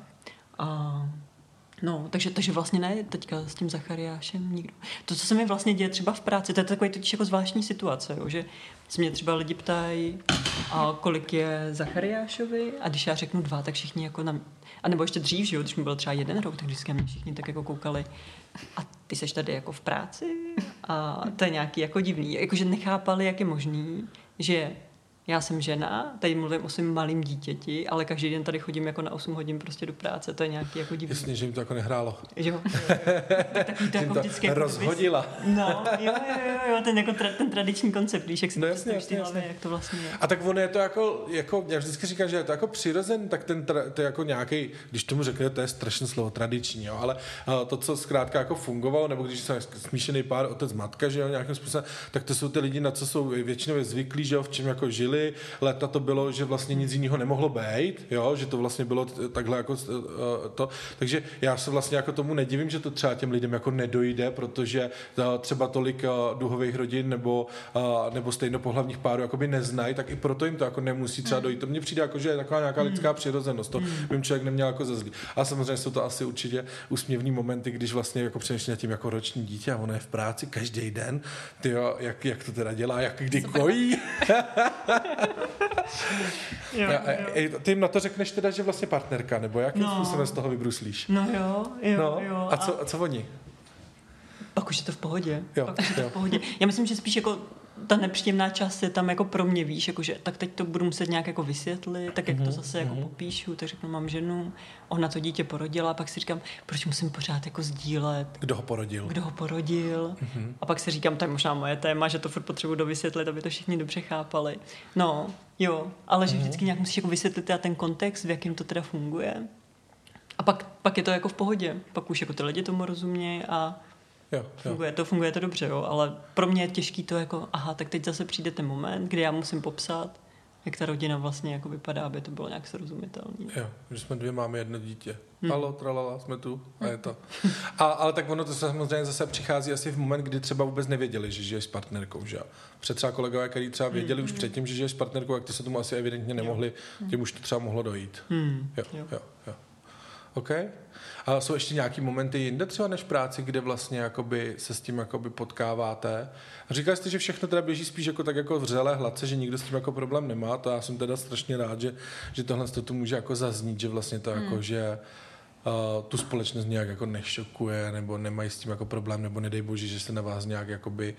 [SPEAKER 2] No, takže vlastně ne teďka s tím Zachariášem nikdo. To, co se mi vlastně děje třeba v práci, to je takový totiž jako zvláštní situace, jo, že se mě třeba lidi ptají, kolik je Zachariášovi, a když já řeknu 2, tak všichni jako a nebo ještě dřív, že jo, když mi byl třeba 1 rok, tak vždycky mě všichni tak jako koukali, a ty seš tady jako v práci? A to je nějaký jako divný, jakože nechápali, jak je možný, že já jsem žena, tady mluvím o svým malým dítěti, ale každý den tady chodím jako na 8 hodin prostě do práce, to je nějaký jako divný.
[SPEAKER 1] Jasně, že jim to jako nehrálo.
[SPEAKER 2] Jo. Takový to jako vždycky jako
[SPEAKER 1] rozhodila.
[SPEAKER 2] No, jo, ten jako ten tradiční koncept, víš, jak si to představíš ty hlavě, jak to vlastně je.
[SPEAKER 1] A tak ono je to jako já vždycky říkám, že je to jako přirozen, tak to je jako nějaký, když tomu řekne, to je strašné slovo, tradiční, jo, ale to, co zkrátka jako fungovalo, nebo když se smíšený pár otec matka, že jo, nějakým způsobem, tak to jsou ty lidi, na co jsou většinou zvyklí, že jo, v čem jako žili. Léta to bylo, že vlastně nic jiného nemohlo být, jo, že to vlastně bylo takhle jako to. Takže já se vlastně jako tomu nedivím, že to třeba těm lidem jako nedojde, protože třeba tolik duhových rodin nebo stejnopohlavních párů jakoby neznají, tak i proto jim to jako nemusí třeba dojít. To mně přijde jako, že je taková nějaká lidská přirozenost. To by člověk neměl jako za zlý. A samozřejmě jsou to asi určitě úsměvný momenty, když vlastně jako přemýšlím nad tím jako roční dítě a ono je v práci každý den. Tyjo, jak to teda dělá, jak kdy kojí. Ty jim na to řekneš teda, že vlastně partnerka, nebo jakým způsobem z toho vybruslíš?
[SPEAKER 2] No jo.
[SPEAKER 1] A co oni?
[SPEAKER 2] Pak už je to v pohodě.
[SPEAKER 1] Jo.
[SPEAKER 2] V pohodě. Já myslím, že spíš jako ta nepříjemná část je tam jako pro mě, víš, jakože tak teď to budu muset nějak jako vysvětlit, tak jak to zase jako popíšu, tak řeknu, mám ženu, ona to dítě porodila, a pak si říkám, proč musím pořád jako sdílet.
[SPEAKER 1] Kdo ho porodil.
[SPEAKER 2] A pak si říkám, to je možná moje téma, že to furt potřebuji dovysvětlit, aby to všichni dobře chápali. No, jo, ale že vždycky nějak musíš jako vysvětlit ten kontext, v jakým to teda funguje. A pak je to jako v pohodě. Pak už jako ty lidi tomu rozumějí a funguje to dobře, jo, ale pro mě je těžký to jako, tak teď zase přijde ten moment, kdy já musím popsat, jak ta rodina vlastně jako vypadá, aby to bylo nějak srozumitelné.
[SPEAKER 1] Jo, že jsme 2 máme 1 dítě. Halo, tralala, jsme tu a je to. Ale tak ono to samozřejmě zase přichází asi v moment, kdy třeba vůbec nevěděli, že žiješ s partnerkou, že jo. Před třeba kolegové, kteří třeba věděli už předtím, že žiješ s partnerkou, jak to se tomu asi evidentně nemohli, tím už to třeba mohlo dojít. Jo. OK. A jsou ještě nějaký momenty jinde třeba než práci, kde vlastně jakoby se s tím jakoby potkáváte? A říkali jste, že všechno teda běží spíš jako tak jako vřele, hladce, že nikdo s tím jako problém nemá, to já jsem teda strašně rád, že tohle to tu může jako zaznít, že vlastně to jako, že tu společnost nějak jako nešokuje, nebo nemají s tím jako problém, nebo nedej bože, že se na vás nějak jakoby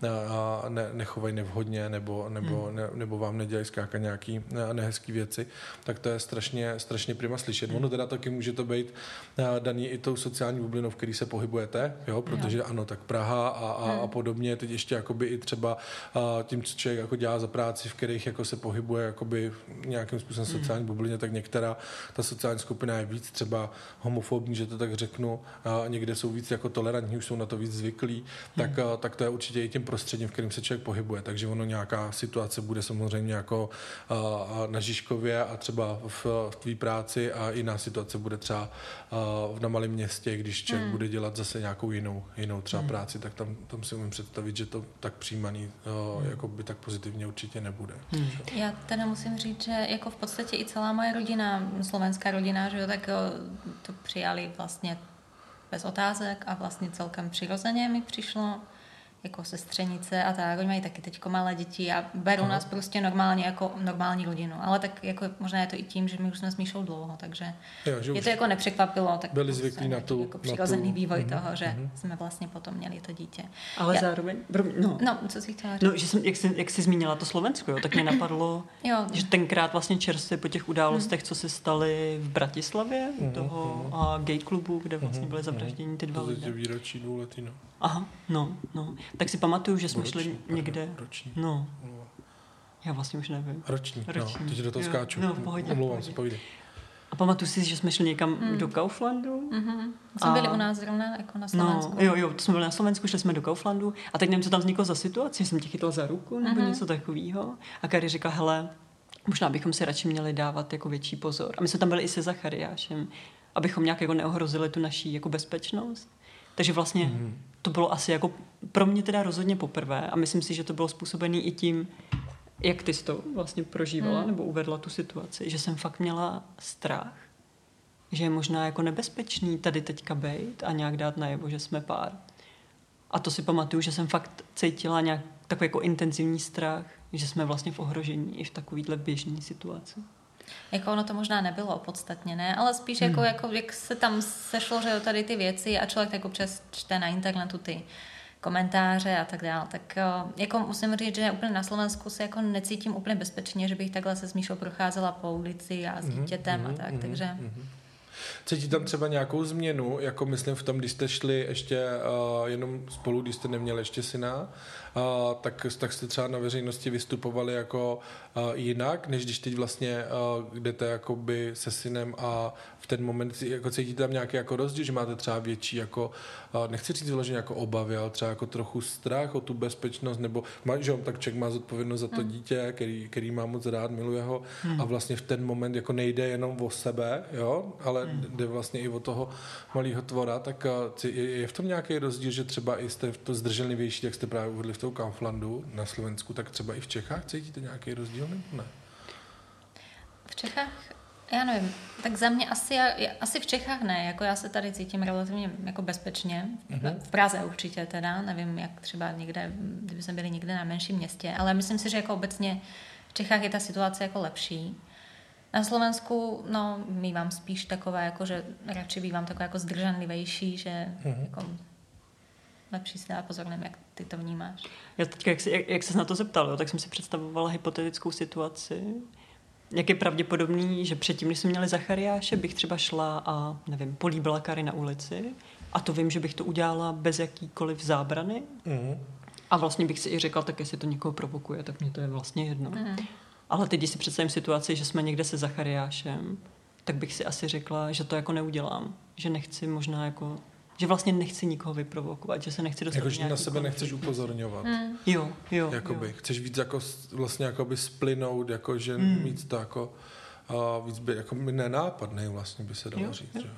[SPEAKER 1] nechovají nevhodně, nebo vám nedělají skákat nějaký nehezký věci, tak to je strašně prima slyšet. Ono teda taky může to být daný i tou sociální bublinou, v který se pohybujete, jo, protože ano, tak Praha a podobně, teď ještě jakoby i třeba tím, co člověk jako dělá za práci, v kterých jako se pohybuje jakoby nějakým způsobem sociální bublině, tak některá ta sociální skupina je víc třeba homofobní, že to tak řeknu, a někde jsou víc jako tolerantní, už jsou na to víc zvyklí, tak to je určitě i tím prostředím, v kterém se člověk pohybuje. Takže ono nějaká situace bude samozřejmě jako na Žižkově a třeba v tvý práci a jiná situace bude třeba na malém městě, když člověk bude dělat zase nějakou jinou třeba práci, tak tam si umím představit, že to tak přijímaný jako by tak pozitivně určitě nebude.
[SPEAKER 3] Já teda musím říct, že jako v podstatě i celá moje rodina, slovenská rodina, že jo, tak to přijali vlastně bez otázek a vlastně celkem přirozeně mi přišlo jako sestřenice a tak. Oni mají taky teďko malé děti a berou nás prostě normálně jako normální rodinu. Ale tak jako možná je to i tím, že my už jsme s Míšou dlouho, takže je to jako nepřekvapilo. Tak
[SPEAKER 1] byli zvyklí na tu
[SPEAKER 3] jako přirozený vývoj toho, že jsme vlastně potom měli to dítě.
[SPEAKER 2] Ale zároveň...
[SPEAKER 3] No, co jsi chtěla říct?
[SPEAKER 2] No, že jak jsi zmínila to Slovensko, jo, tak mě napadlo, že tenkrát vlastně čerstvě po těch událostech, co se staly v Bratislavě, u toho gay klubu, kde vlastně byly zavražděni ty 2 lidé.
[SPEAKER 1] To je výročí 2letý, no.
[SPEAKER 2] Aha, no. Tak si pamatuju, že jsme šli někde...
[SPEAKER 1] Roční.
[SPEAKER 2] No. Já vlastně už nevím.
[SPEAKER 1] Roční. No, teď do toho skáču.
[SPEAKER 2] No, v pohodě.
[SPEAKER 1] Omlouvám se, povídej.
[SPEAKER 2] A pamatuju si, že jsme šli někam do Kauflandu.
[SPEAKER 3] Jsme byli u nás zrovna jako na Slovensku.
[SPEAKER 2] Jo, to jsme byli na Slovensku, šli jsme do Kauflandu a teď nevím, co tam vzniklo za situaci, jsem tě chytla za ruku nebo něco takového. A Kari říkala, hele, možná bychom si radši měli dávat jako větší pozor. A my jsme tam byli i se Zachariášem, abychom nějak jako neohrozili tu naší jako bezpečnost. Takže vlastně to bylo asi jako pro mě teda rozhodně poprvé a myslím si, že to bylo způsobené i tím, jak ty jsi to vlastně prožívala nebo uvedla tu situaci, že jsem fakt měla strach, že je možná jako nebezpečný tady teďka bejt a nějak dát najevo, že jsme pár. A to si pamatuju, že jsem fakt cítila nějak takový jako intenzivní strach, že jsme vlastně v ohrožení i v takovýhle běžné situaci.
[SPEAKER 3] Jako ono to možná nebylo opodstatněné, ale spíš jako jak se tam sešlo, že tady ty věci a člověk tak občas čte na internetu ty komentáře a tak dále, tak jako musím říct, že úplně na Slovensku se jako necítím úplně bezpečně, že bych takhle se s Míšou procházela po ulici a s dítětem a tak, takže...
[SPEAKER 1] Cítí tam třeba nějakou změnu, jako myslím v tom, když jste šli ještě jenom spolu, když jste neměli ještě syna, tak jste třeba na veřejnosti vystupovali jako jinak, než když teď vlastně jdete jakoby se synem a v ten moment jako cítíte tam nějaký jako rozdíl, že máte třeba větší jako, nechci říct vyloženě jako obavy, ale třeba jako trochu strach o tu bezpečnost, nebo že tak člověk má zodpovědnost za to dítě, který má moc rád, miluje ho a vlastně v ten moment jako nejde jenom o sebe, jo, ale jde vlastně i o toho malého tvora, tak je v tom nějaký rozdíl, že třeba i jste to zdrženlivější, jak jste právě uvedli v tom Kauflandu na Slovensku, tak třeba i v Čechách cítíte nějaký rozdíl, nebo ne?
[SPEAKER 3] V Čechách, já nevím, tak za mě asi v Čechách ne, jako já se tady cítím relativně jako bezpečně, v Praze určitě teda, nevím jak třeba někde, kdyby jsme byli někde na menším městě, ale myslím si, že jako obecně v Čechách je ta situace jako lepší. Na Slovensku, no, mívám spíš takové, jako, že radši bývám takové jako zdrženlivější, že jako lepší si dá pozor, nevím, jak ty to vnímáš.
[SPEAKER 2] Já teďka, jak ses na to zeptal, tak jsem si představovala hypotetickou situaci. Jak je pravděpodobný, že předtím, když jsme měli Zachariáše, bych třeba šla a, nevím, políbila Kari na ulici a to vím, že bych to udělala bez jakýkoliv zábrany a vlastně bych si i řekla, tak jestli to někoho provokuje, tak mě to je vlastně jedno. Ale teď, když si představím situaci, že jsme někde se Zachariášem, tak bych si asi řekla, že to jako neudělám. Že nechci možná jako... Že vlastně nechci nikoho vyprovokovat, že se nechci dostat...
[SPEAKER 1] Jako, že na sebe nechceš upozorňovat.
[SPEAKER 2] Jo.
[SPEAKER 1] Jakoby. Chceš víc jako vlastně jakoby splynout, jako že mít to jako víc by jako nenápadnej vlastně by se dalo říct. Že?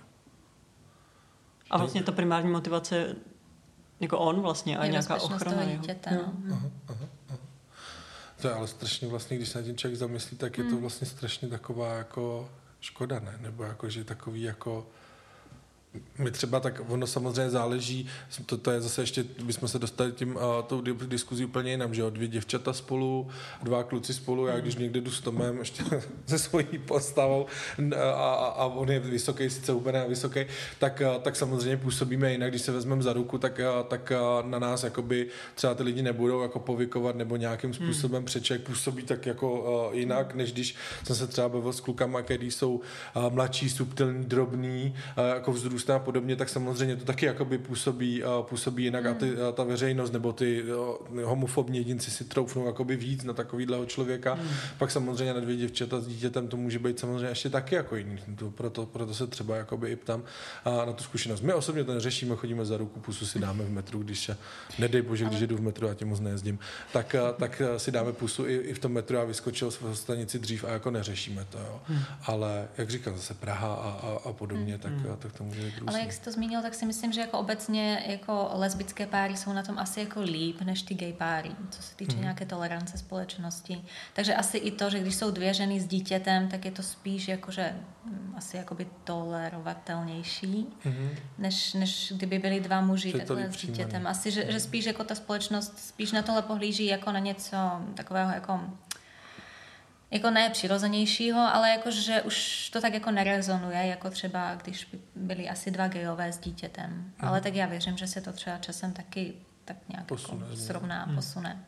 [SPEAKER 2] A vlastně ta primární motivace jako on vlastně a
[SPEAKER 3] je
[SPEAKER 2] nějaká ochrana.
[SPEAKER 3] Dítěte,
[SPEAKER 1] Aha. To je ale strašně vlastně, když se na tím člověk zamyslí, tak je to vlastně strašně taková jako škoda, ne? Nebo jako, že takový jako My třeba tak, ono samozřejmě záleží, to je zase ještě, bychom se dostali tou diskuzí úplně jinam, že jo, 2 děvčata spolu, 2 kluci spolu, já když někde jdu s Tomem ještě se svojí postavou a on je vysoký, sice úplně vysoký, tak samozřejmě působíme jinak, když se vezmeme za ruku, tak na nás jakoby třeba ty lidi nebudou jako povykovat nebo nějakým způsobem přeček působí tak jako jinak, než když jsem se třeba bavil s klukama, který jsou mladší, subtilní, drobný, jako vzrůstá a podobně, tak samozřejmě to taky jakoby působí jinak a ta veřejnost nebo ty homofobní jedinci si troufnou jakoby víc na takovýhleho člověka. Pak samozřejmě na 2 děvčata s dítětem to může být samozřejmě ještě taky jako jiný. Proto se třeba jakoby i ptám na tu zkušenost. My osobně to neřešíme, chodíme za ruku, pusu si dáme v metru, když nedej bože, když jdu v metru a tím moc nejezdím, tak si dáme pusu i v tom metru a vyskočil z stanici dřív a jako neřešíme to, jo. Ale jak říkám, zase Praha a podobně, tak to může být různý.
[SPEAKER 3] Ale jak jsi to zmínil, tak si myslím, že jako obecně jako lesbické páry jsou na tom asi jako líp než ty gay páry, co se týče nějaké tolerance společnosti. Takže asi i to, že když jsou 2 ženy s dítětem, tak je to spíš jakože asi jakoby tolerovatelnější, než kdyby byli 2 muži takhle s dítětem. Asi, že spíš jako ta společnost spíš na tohle pohlíží jako na něco takového jako ne přirozenějšího, ale jako, že už to tak jako nerezonuje, jako třeba, když by byli asi 2 gejové s dítětem. Ale tak já věřím, že se to třeba časem taky tak nějak posune, jako srovná, posune.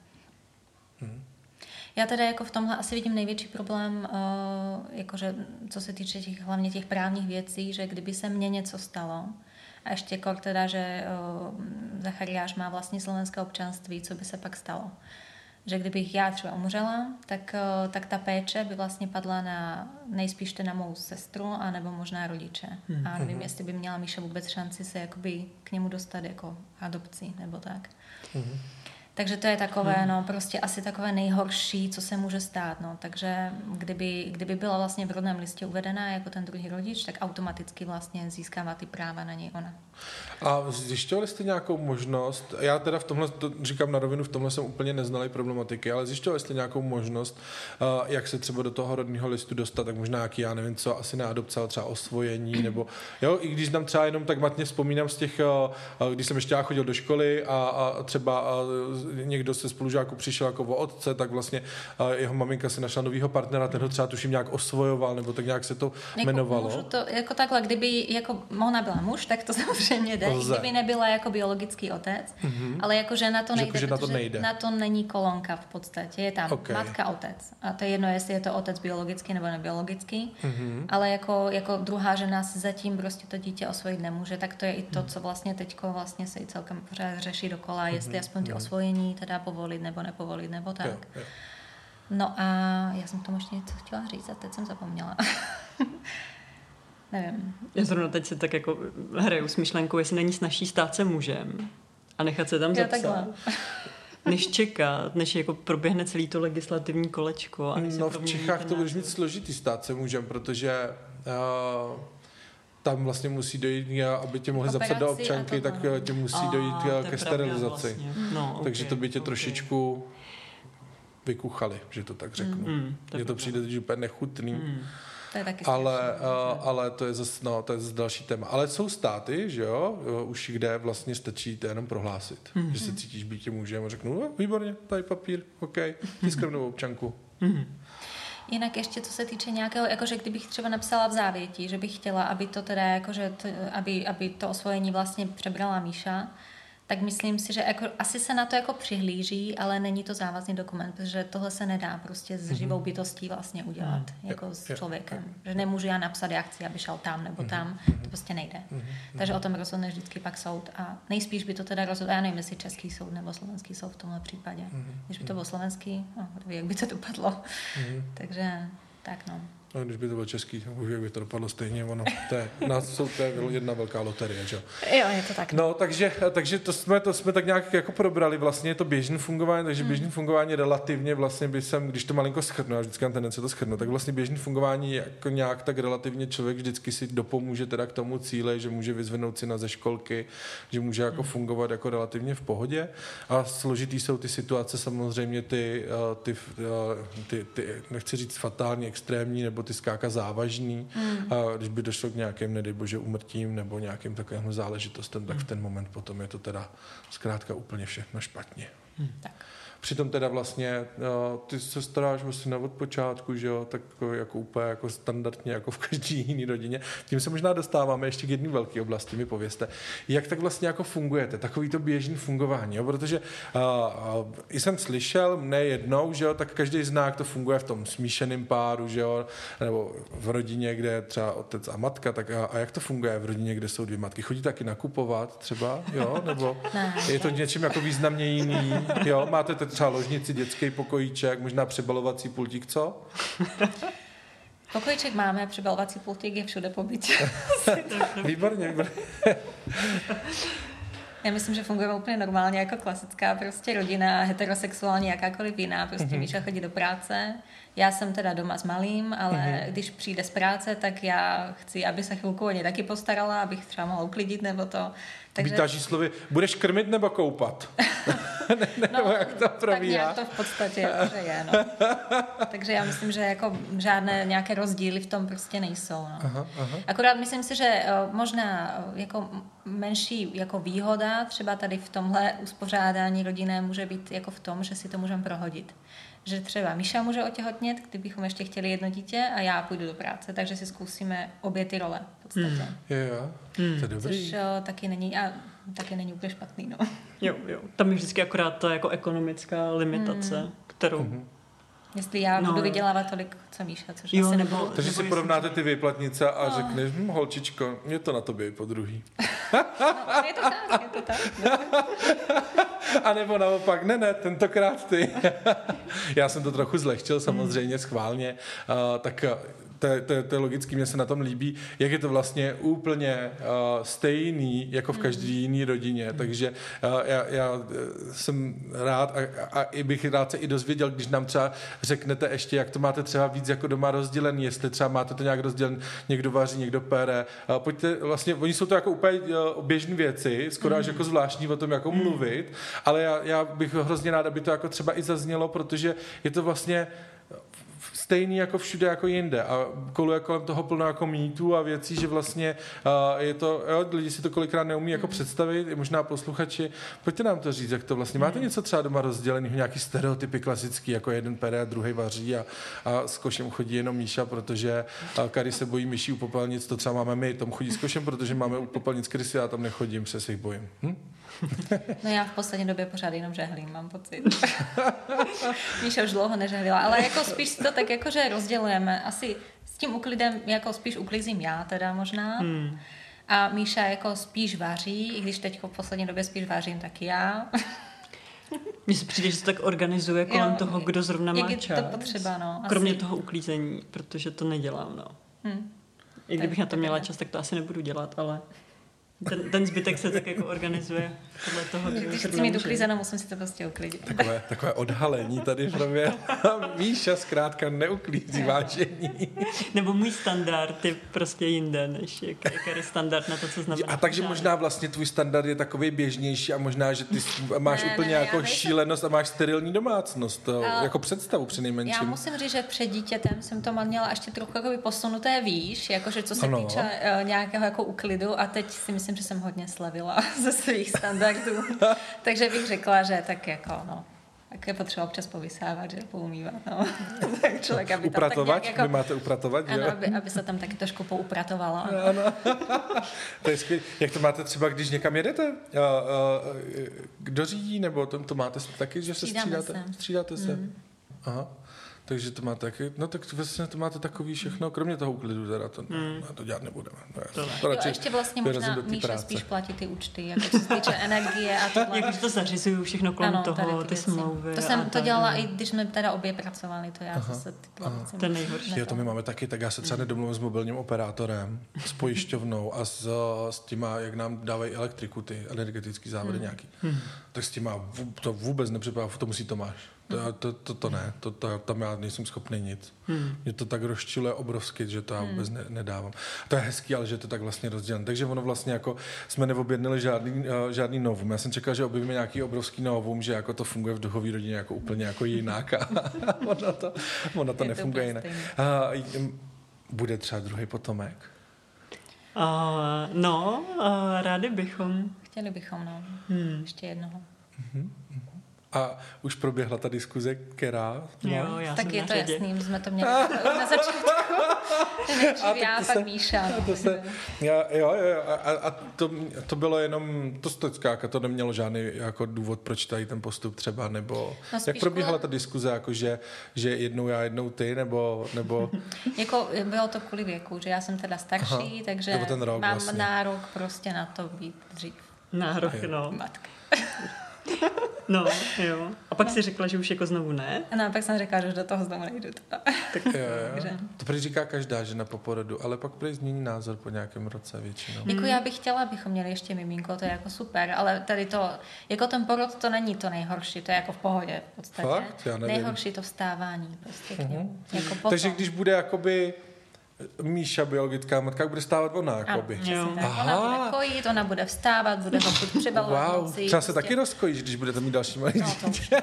[SPEAKER 3] Já teda jako v tomhle asi vidím největší problém, jakože co se týče hlavně těch právních věcí, že kdyby se mně něco stalo, a ještě teda, že Zachariáš má vlastně slovenské občanství, co by se pak stalo? Že kdybych já třeba umřela, tak ta péče by vlastně padla nejspíš na mou sestru, anebo možná rodiče. A nevím, jestli by měla Míša vůbec šanci se jakoby k němu dostat jako adopci, nebo tak. Takže to je takové, no, prostě asi takové nejhorší, co se může stát, no. Takže kdyby byla vlastně v rodném listě uvedená jako ten druhý rodič, tak automaticky vlastně získává ty práva na něj ona.
[SPEAKER 1] A zjišťovali jste nějakou možnost, já teda v tomhle, to říkám na rovinu, v tomhle jsem úplně neznalý problematiky, ale zjišťovali jste nějakou možnost, jak se třeba do toho rodného listu dostat, tak možná nějaký, já nevím co, asi ne adopce, ale třeba osvojení, nebo jo, i když tam třeba jenom tak matně vzpomínám z těch, když jsem ještě chodil do školy a třeba někdo se spolužáků přišel jako o otce, tak vlastně jeho maminka si našla novýho partnera, ten ho třeba tuším nějak osvojoval, nebo tak nějak se to jmenovalo. Můžu
[SPEAKER 3] to, jako takhle, kdyby jako ona byla muž, tak to samozřejmě jde, kdyby nebyla jako biologický otec, ale jako žena to nejde, protože na to není kolonka v podstatě, je tam matka, otec. A to je jedno, jestli je to otec biologický nebo nebiologický, ale jako druhá žena si zatím prostě to dítě osvojit nemůže, tak to je i to, co vlastně teďko vlastně se i celkem pořád řeší dokola, jestli aspoň ty osvojení teda povolit nebo nepovolit, nebo tak. Jo. No a já jsem k tomu ještě něco chtěla říct a teď jsem zapomněla. Nevím.
[SPEAKER 2] Já zrovna teď se tak jako hraju s myšlenkou, jestli není snazší stát se mužem a nechat se tam zapsat. Než čekat, než jako proběhne celý to legislativní kolečko. A
[SPEAKER 1] no v Čechách to budeš mít složitý stát se mužem, protože tam vlastně musí dojít, aby tě mohli zapsat do občanky, tak tě musí dojít ke sterilizaci. Vlastně. No, takže to by tě trošičku vykuchali, že to tak řeknu. Mně to přijde teď úplně nechutný.
[SPEAKER 3] To je taky
[SPEAKER 1] ale to je zase další téma. Ale jsou státy, že jo, už kde vlastně stačí to jenom prohlásit, že se cítíš být tím mužem a řeknu, no, výborně, tady papír, OK, tisknem novou občanku.
[SPEAKER 3] Jinak ještě, co se týče nějakého, jakože kdybych třeba napsala v závěti, že bych chtěla, aby to teda, jakože aby to osvojení vlastně přebrala Míša, tak myslím si, že jako, asi se na to jako přihlíží, ale není to závazný dokument, protože tohle se nedá prostě s živou bytostí vlastně udělat, jako s člověkem. Že nemůžu já napsat, já chci, aby šel tam nebo tam, to prostě nejde. Takže o tom rozhodne vždycky pak soud a nejspíš by to teda rozhodl, já nevím, jestli český soud nebo slovenský soud v tomhle případě. Když by to byl slovenský, jak by to dopadlo. Takže tak no.
[SPEAKER 1] A když by to byl český, už by to dopadlo stejně, ono, to je jedna velká loterie, že?
[SPEAKER 3] Jo, je to tak.
[SPEAKER 1] No, takže to jsme tak nějak jako probrali, vlastně je to běžné fungování, takže běžné fungování relativně vlastně když to malinko shrnu, já vždycky mám tendence to shrnu, tak vlastně běžné fungování jako nějak tak relativně člověk vždycky si dopomůže teda k tomu cíli, že může vyzvednout syna ze školky, že může jako fungovat jako relativně v pohodě a složitý jsou ty situace samozřejmě ty nechci říct fatální, extrémní, nebo nebo ty zkrátka závažný. A když by došlo k nějakým, nedej bože, úmrtím nebo nějakým takovým záležitostem, tak v ten moment potom je to teda zkrátka úplně všechno špatně.
[SPEAKER 3] Tak.
[SPEAKER 1] Přitom teda vlastně ty se staráš o syna od počátku, že jo, tak jako úplně jako standardně, jako v každé jiné rodině. Tím se možná dostáváme ještě k jedné velké oblasti, mi povězte. Jak tak vlastně jako fungujete, takový to běžný fungování, jo? Protože i jsem slyšel, ne jednou, že jo, tak každý zná, jak to funguje v tom smíšeném páru, že jo, nebo v rodině, kde je třeba otec a matka, tak a jak to funguje v rodině, kde jsou dvě matky? Chodí taky nakupovat třeba, jo, nebo je to něčím jako významně jiný, jo, máte třeba ložnici, dětský pokojíček, možná přebalovací pultík, co?
[SPEAKER 3] Pokojíček máme, přebalovací pultík je všude po bytě.
[SPEAKER 1] Výborně.
[SPEAKER 3] Já myslím, že fungujeme úplně normálně jako klasická prostě rodina, heterosexuální, jakákoliv jiná. Prostě Míša chodí do práce, já jsem teda doma s malým, ale když přijde z práce, tak já chci, aby se chvilku o ně taky postarala, abych třeba mohla uklidit nebo to. Takže...
[SPEAKER 1] Vytáží slovy, budeš krmit nebo koupat? Nebo jak to probíhá?
[SPEAKER 3] Tak nějak to v podstatě jakože je, no. Takže já myslím, že jako žádné nějaké rozdíly v tom prostě nejsou. No.
[SPEAKER 1] Aha.
[SPEAKER 3] Akorát myslím si, že možná jako menší jako výhoda třeba tady v tomhle uspořádání rodinné může být jako v tom, že si to můžeme prohodit. Že třeba Míša může otěhotnět, kdybychom ještě chtěli jedno dítě a já půjdu do práce, takže si zkusíme obě ty role v podstatě.
[SPEAKER 1] Jo, to je dobrý.
[SPEAKER 3] Což taky není úplně špatný, no.
[SPEAKER 2] Jo. Tam je vždycky akorát ta jako ekonomická limitace, kterou...
[SPEAKER 3] Jestli já budu vydělávat tolik, co Míša, což
[SPEAKER 2] Jo,
[SPEAKER 3] asi
[SPEAKER 2] nebo-
[SPEAKER 3] nebudu.
[SPEAKER 1] Takže si porovnáte ty výplatnice a řekneš, holčičko, je to na tobě po druhý.
[SPEAKER 3] No, je to tak.
[SPEAKER 1] A nebo naopak, ne, tentokrát ty. Já jsem to trochu zlehčil, samozřejmě, schválně. Tak to je logický, mně se na tom líbí, jak je to vlastně úplně stejný, jako v každé jiné rodině. Takže já jsem rád a i bych rád se i dozvěděl, když nám třeba řeknete ještě, jak to máte třeba víc jako doma rozdělený, jestli třeba máte to nějak rozdělen, někdo vaří, někdo pere. Pojďte, vlastně, oni jsou to jako úplně běžné věci, skoro až jako zvláštní o tom, jako mluvit, ale já bych hrozně rád, aby to jako třeba i zaznělo, protože je to vlastně stejný jako všude jako jinde a koluje kolem toho plno jako mýtů a věcí, že vlastně je to, jo, lidi si to kolikrát neumí jako představit, i možná posluchači. Pojďte nám to říct, jak to vlastně. Máte něco třeba doma rozděleného, nějaký stereotypy klasický, jako jeden pere a druhý vaří a s košem chodí jenom Míša, protože Kari se bojí myší u popelnic, to třeba máme my, Tom chodí s košem, protože máme u popelnic krysy, já tam nechodím, protože se jich bojím.
[SPEAKER 3] No já v poslední době pořád jenom žehlím, mám pocit. Míša už dlouho nežehlila, ale jako spíš to tak jakože rozdělujeme. Asi s tím uklidem jako spíš uklízím já teda možná. A Míša jako spíš vaří, i když teď v poslední době spíš vařím taky já.
[SPEAKER 2] Mně se přijde, že se tak organizuje kolem toho, kdo zrovna má
[SPEAKER 3] jak
[SPEAKER 2] čas.
[SPEAKER 3] je to potřeba, no.
[SPEAKER 2] Kromě toho uklízení, protože to nedělám, no. I kdybych na to měla čas, tak to asi nebudu dělat, ale ten zbytek se tak jako organizuje podle toho, kdo
[SPEAKER 3] Když chci
[SPEAKER 2] zrovna
[SPEAKER 3] mít
[SPEAKER 2] může.
[SPEAKER 3] uklízeno, musím si to prostě uklidit.
[SPEAKER 1] Takové odhalení tady proběhlo. Míša zkrátka neuklízí, vážení.
[SPEAKER 2] Nebo můj standard je prostě jinde, než jaký je standard na to, co znamená.
[SPEAKER 1] A takže možná vlastně tvůj standard je takový běžnější a možná, že ty máš úplně jako šílenost a máš sterilní domácnost, jako představu přinejmenším.
[SPEAKER 3] Já musím říct, že před dítětem jsem to měla ještě trochu jakoby posunuté výš, jakože co se týče nějakého jako uklidu a teď si myslím, že jsem hodně slevila ze svých standardů. Takže bych řekla, že tak jako, no, tak je potřeba občas povysávat, že poumývat, no. Tak člověk, aby
[SPEAKER 1] upratovat?
[SPEAKER 3] Tak jako,
[SPEAKER 1] vy máte upratovat,
[SPEAKER 3] ano,
[SPEAKER 1] že?
[SPEAKER 3] aby se tam taky trošku poupratovalo.
[SPEAKER 1] Ano. To je skvělé. Jak to máte třeba, když někam jedete? Kdo řídí, nebo to máte taky, že se střídáte se? Aha. Takže to máte taky, no tak vlastně to máte takový všechno, kromě toho uklidu teda, to dělat nebudeme.
[SPEAKER 3] Jo, ještě vlastně možná Míša spíš platí ty účty, jako co se týče energie a tohle.
[SPEAKER 2] Jak to zařizuju všechno kolem toho, ty smlouvy.
[SPEAKER 3] To jsem to dělala i když jsme teda obě pracovali, to já zase ty platy.
[SPEAKER 2] To je nejhorší.
[SPEAKER 1] Jo, to my máme taky, tak já se třeba nedomluvím s mobilním operátorem, s pojišťovnou a s těma, jak nám dávají elektriku, ty energetický závody nějaký. Tak s těma to vůbec nepřipadá, to musí Tomáš. To ne, tam já nejsem schopný nic. Mě to tak rozčiluje obrovsky, že to já vůbec nedávám. To je hezký, ale že je to tak vlastně rozdělené. Takže ono vlastně jako jsme neobjednali žádný novum. Já jsem čekal, že objevíme nějaký obrovský novum, že jako to funguje v duchovní rodině jako úplně jako jinak a ono to nefunguje jinak. Bude třeba druhý potomek?
[SPEAKER 2] Rádi bychom.
[SPEAKER 3] Chtěli bychom, no. Ještě jednoho.
[SPEAKER 1] A už proběhla ta diskuze, která?
[SPEAKER 2] Jo, já
[SPEAKER 3] tak
[SPEAKER 2] jsem
[SPEAKER 3] je
[SPEAKER 2] na
[SPEAKER 3] to
[SPEAKER 2] řadě.
[SPEAKER 3] jasný, jsme to měli na začátku. Nejdřív já, pak Míša.
[SPEAKER 1] A to bylo jenom, to nemělo žádný jako důvod, proč tady ten postup třeba, nebo jak probíhala ta diskuze, jako že jednou já, jednou ty, nebo...
[SPEAKER 3] Jako bylo to kvůli věku, že já jsem teda starší, takže mám vlastně nárok prostě na to být dřív.
[SPEAKER 2] Nárok, no.
[SPEAKER 3] Matka.
[SPEAKER 2] No, jo. A pak si řekla, že už jako znovu ne?
[SPEAKER 3] No a pak jsem řekla, že už do toho znovu nejdu.
[SPEAKER 1] Jo. To prý říká každá žena po porodu, ale pak prý změní názor po nějakém roce většinou.
[SPEAKER 3] Jako já bych chtěla, abychom měli ještě miminko, to je jako super, ale tady to, jako ten porod to není to nejhorší, to je jako v pohodě v podstatě.
[SPEAKER 1] Fakt? Já nevím.
[SPEAKER 3] Nejhorší to vstávání prostě k němu. Jako potom.
[SPEAKER 1] Takže když bude jakoby Míša, biologická matka, bude stávat ona, jakoby.
[SPEAKER 3] Ano, tak. Ona bude kojit, ona bude vstávat, bude ho furt přebalovat.
[SPEAKER 1] Wow, třeba se taky rozkojíš, když budete mít další malý dítě.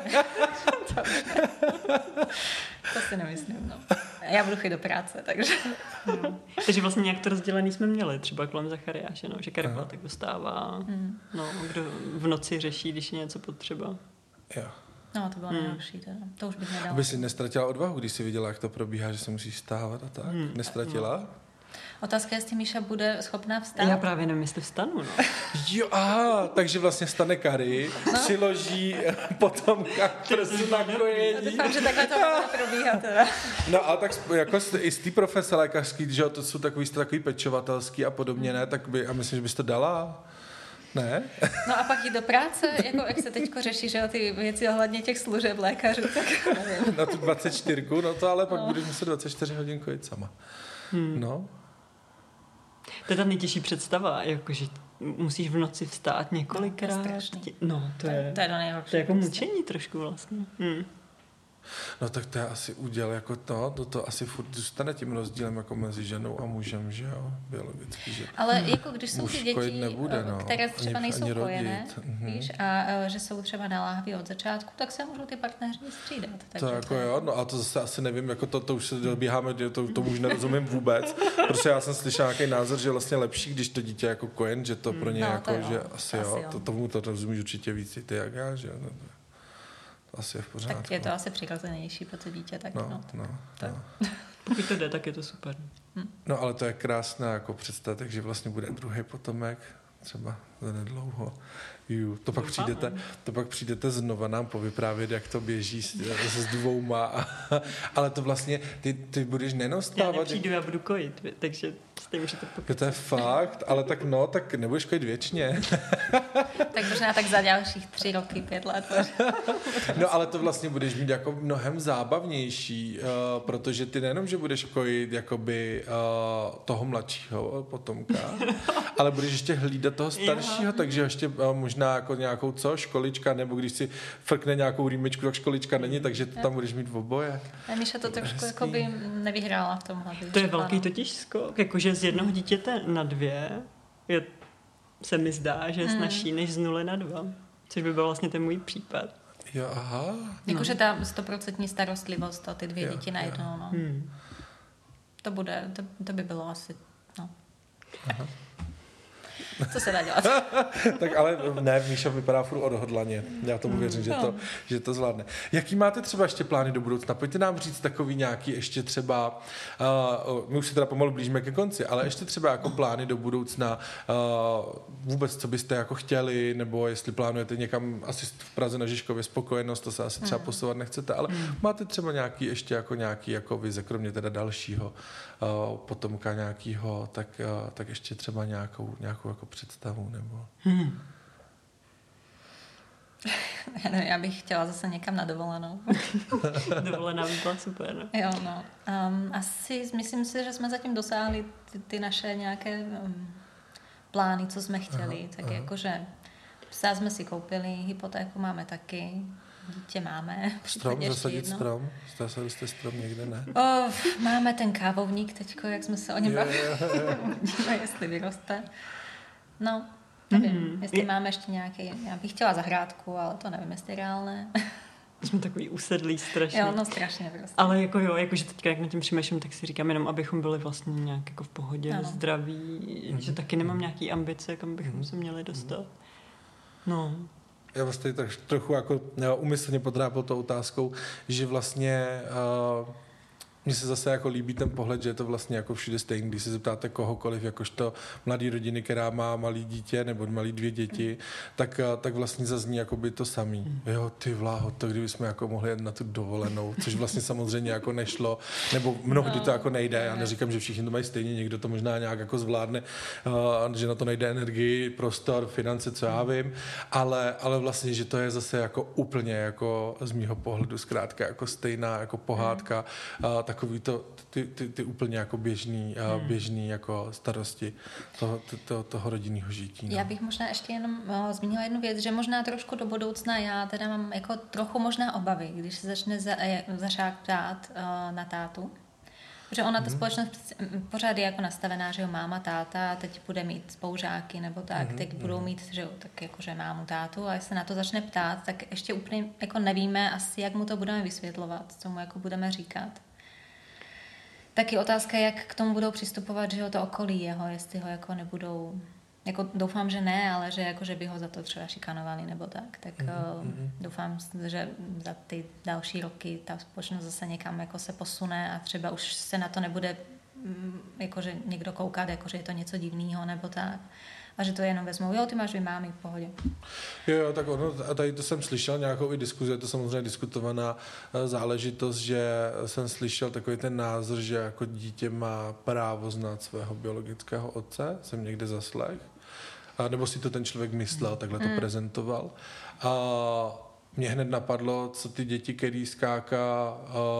[SPEAKER 3] To si nemyslím, no. Já budu chodit do práce, takže...
[SPEAKER 2] No. Takže vlastně nějak to rozdělený jsme měli, třeba kolem Zachariáše, no, že Karel tak dostává, no, kdo v noci řeší, když je něco potřeba.
[SPEAKER 1] Jo.
[SPEAKER 3] No, to bylo nejhorší teda. To už bych nedala.
[SPEAKER 1] Aby si nestratila odvahu, když jsi viděla, jak to probíhá, že se musíš stávat a tak? Nestratila?
[SPEAKER 3] Otázka je, jestli Míša bude schopná vstát.
[SPEAKER 2] Já právě nevím, jestli vstanu, no.
[SPEAKER 1] Jo, aha, takže vlastně vstane Kari, přiloží potomka k prsu na kojení.
[SPEAKER 3] Doufám, že takhle to bude probíhat teda.
[SPEAKER 1] No a tak jako i z té profese lékařský, že to jsou takový pečovatelský a podobně, ne? Tak by, a myslím, že bys to dala? Ne?
[SPEAKER 3] No a pak jít do práce, jako jak se teďko řeší, že ty věci ohledně těch služeb lékařů, tak nevím.
[SPEAKER 1] Na tu 24, no to ale pak budeš muset 24 hodin kojit sama. No.
[SPEAKER 2] To je ta nejtěžší představa, jakože musíš v noci vstát několikrát. No, to je
[SPEAKER 3] to nejhorší.
[SPEAKER 2] To je jako mučení trošku vlastně.
[SPEAKER 1] No tak to je asi úděl jako to asi furt zůstane tím rozdílem jako mezi ženou a mužem, že jo, biologicky, že
[SPEAKER 3] ale jako když jsou ty děti,
[SPEAKER 1] nebude,
[SPEAKER 3] které třeba nejsou kojené, víš, a že jsou třeba naláhaví od začátku, tak se můžou ty partneři střídat.
[SPEAKER 1] To jako jo, no a to zase asi nevím, jako to už se dobíháme, to už nerozumím vůbec, protože já jsem slyšel nějaký názor, že je vlastně lepší, když to dítě jako kojen, že to pro ně jako, že asi jo, tomu to rozumíš určitě víc ty jak já, že jo. Asi je v pořádku.
[SPEAKER 3] Tak je to asi přirozenější pro to dítě, tak no.
[SPEAKER 2] Pokud to jde, tak je to super.
[SPEAKER 1] No ale to je krásná jako představa, takže vlastně bude druhý potomek, třeba za nedlouho. To pak přijdete znova nám povyprávět, jak to běží s dvouma. Ale to vlastně, ty budeš nejenom stávat...
[SPEAKER 2] Já nepřijdu, já budu kojit, takže stejně můžete pokračovat.
[SPEAKER 1] To je fakt, ale tak nebudeš kojit věčně.
[SPEAKER 3] Tak možná tak za dalších 3 roky, 5 let.
[SPEAKER 1] No ale to vlastně budeš mít jako mnohem zábavnější, protože ty nejenom, že budeš kojit jakoby toho mladšího potomka, ale budeš ještě hlídat toho staršího, takže ještě možná jako nějakou školička, nebo když si frkne nějakou rýmičku, tak školička není, takže to tam budeš mít v oboje.
[SPEAKER 3] A Míša to trošku jako by nevyhrála v tomhle.
[SPEAKER 2] To je velký totiž skok, jakože z jednoho dítěte na 2 se mi zdá, že je snažší než z 0 na 2, což by byl vlastně ten můj případ.
[SPEAKER 1] Jo, aha.
[SPEAKER 3] Jakože ta 100% starostlivost o ty 2 děti najednou, no. To by bylo asi, no. Aha. Co se dá dělat?
[SPEAKER 1] Tak ale ne, Míša vypadá furt odhodlaně. Já tomu věřím, že to zvládne. Jaký máte třeba ještě plány do budoucna? Pojďte nám říct takový nějaký ještě třeba, my už se teda pomalu blížíme ke konci, ale ještě třeba jako plány do budoucna, vůbec co byste jako chtěli, nebo jestli plánujete někam asi v Praze na Žižkově spokojenost, to se asi třeba posouvat nechcete, ale máte třeba nějaký ještě jako nějaký jako vize, kromě teda dalšího potomka nějakýho, tak ještě třeba nějakou jako představu, nebo...
[SPEAKER 3] Já bych chtěla zase někam na dovolenou.
[SPEAKER 2] Dovolená by byla super, no.
[SPEAKER 3] Jo, no. Asi myslím si, že jsme zatím dosáhli ty naše nějaké plány, co jsme chtěli. Tak jakože psa jsme si koupili, hypotéku máme taky, dítě máme.
[SPEAKER 1] Strom, zasadit strom? Zasadili jste strom někde, ne?
[SPEAKER 3] Máme ten kávovník teďko, jak jsme se o něm bavili. Uvidíme, jestli vyroste. No, nevím, jestli máme ještě nějaký, já bych chtěla zahrádku, ale to nevím, jestli je reálné.
[SPEAKER 2] Jsme takový usedlý strašně.
[SPEAKER 3] Jo, no strašně prostě.
[SPEAKER 2] Ale jako jo, jakože teďka jak na tím přemýšlím, tak si říkám jenom, abychom byli vlastně nějak jako v pohodě, zdraví, že taky nemám nějaký ambice, kam bychom se měli dostat. No.
[SPEAKER 1] Já vás tady trochu jako úmyslně podrápil tou otázkou, že vlastně mně se zase jako líbí ten pohled, že je to vlastně jako všude stejný. Když se zeptáte kohokoliv, jakožto mladý rodiny, která má malý dítě nebo malý 2 děti, tak vlastně zazní jakoby to samý. Jo, ty vláho, to kdyby jsme jako mohli jet na tu dovolenou, což vlastně samozřejmě jako nešlo, nebo mnohdy to jako nejde. Já neříkám, že všichni to mají stejně, někdo to možná nějak jako zvládne, že na to nejde energii, prostor, finance, co já vím, ale vlastně, že to je zase jako úplně jako z mýho pohledu zkrátka jako stejná jako pohádka, takový ty úplně jako běžný jako starosti toho rodinného žití. No.
[SPEAKER 3] Já bych možná ještě jenom zmínila jednu věc, že možná trošku do budoucna já teda mám jako trochu možná obavy, když se začne zašák ptát na tátu. Protože ona, ta společnost pořád je jako nastavená, že jo, máma, táta, a teď bude mít spolužáky nebo tak, teď budou mít, že jo, tak jakože mámu, tátu, a jestli se na to začne ptát, tak ještě úplně jako nevíme asi, jak mu to budeme vysvětlovat, co mu jako budeme říkat. Taky otázka, jak k tomu budou přistupovat, že jo, to okolí jeho, jestli ho jako nebudou, jako doufám, že ne, ale že jako, že by ho za to třeba šikanovali nebo tak doufám, že za ty další roky ta společnost zase někam jako se posune a třeba už se na to nebude jakože někdo koukat, jakože je to něco divného nebo tak. A že to jenom vezmou, jo, ty máš 2 mámy, v pohodě.
[SPEAKER 1] Jo, tak ono, a tady to jsem slyšel nějakou i diskuzi, je to samozřejmě diskutovaná záležitost, že jsem slyšel takový ten názor, že jako dítě má právo znát svého biologického otce, jsem někde zaslech, nebo si to ten člověk myslel, takhle to prezentoval. A mě hned napadlo, co ty děti, který skáka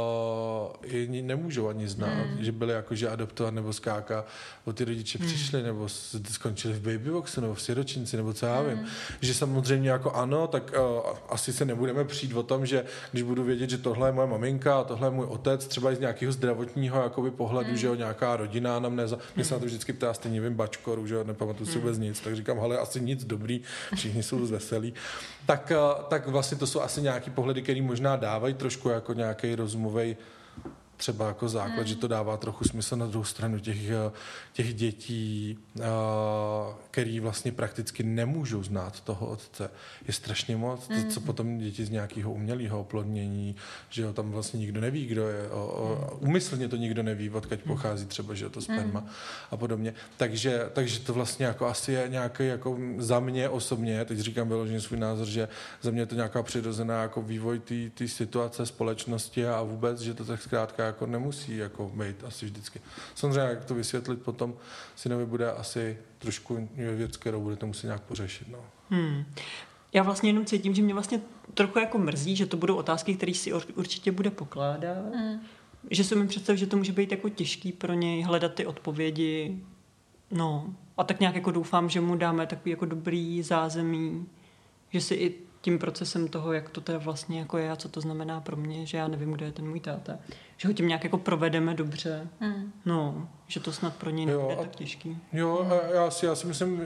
[SPEAKER 1] nemůžou ani znát, že byly jakože adoptovat nebo skáka, o ty rodiče přišli nebo skončili v babyboxu nebo v siročinci nebo co já vím. Že samozřejmě jako ano, tak asi se nebudeme přijít o tom, že když budu vědět, že tohle je moje maminka a tohle je můj otec, třeba i z nějakého zdravotního jakoby pohledu, že jo, nějaká rodina nám mě se na to vždycky ptá, stejně vím bačkoru, že jo, nepamatuju si vůbec nic, tak říkám, hele, asi nic dobrý, všichni jsou veselí. Tak vlastně to jsou asi nějaký pohledy, který možná dávají trošku jako nějaký rozumovej třeba jako základ, že to dává trochu smysl. Na druhou stranu těch dětí, který vlastně prakticky nemůžou znát toho otce, je strašně moc. To, co potom děti z nějakého umělého oplodnění, že jo, tam vlastně nikdo neví, kdo je. Úmyslně to nikdo neví, odkud pochází třeba, že jo, to sperma a podobně. Takže to vlastně jako asi je nějaký jako za mě osobně, teď říkám vyloženě svůj názor, že za mě je to nějaká přirozená jako vývoj té situace, společnosti a vůbec, že to tak zkrátka jako nemusí jako být asi vždycky. Samozřejmě, jak to vysvětlit potom synovi bude asi trošku věc, kterou budete muset nějak pořešit. No.
[SPEAKER 2] Já vlastně jenom cítím, že mě vlastně trochu jako mrzí, že to budou otázky, které si určitě bude pokládat. Že si mi představit, že to může být jako těžký pro něj hledat ty odpovědi. No. A tak nějak jako doufám, že mu dáme takový jako dobrý zázemí, že si i tím procesem toho, jak to teda vlastně jako je a co to znamená pro mě, že já nevím, kde je ten můj táta. Že ho tím nějak jako provedeme dobře. No, že to snad pro něj nebude tak těžký.
[SPEAKER 1] Jo, a já si myslím,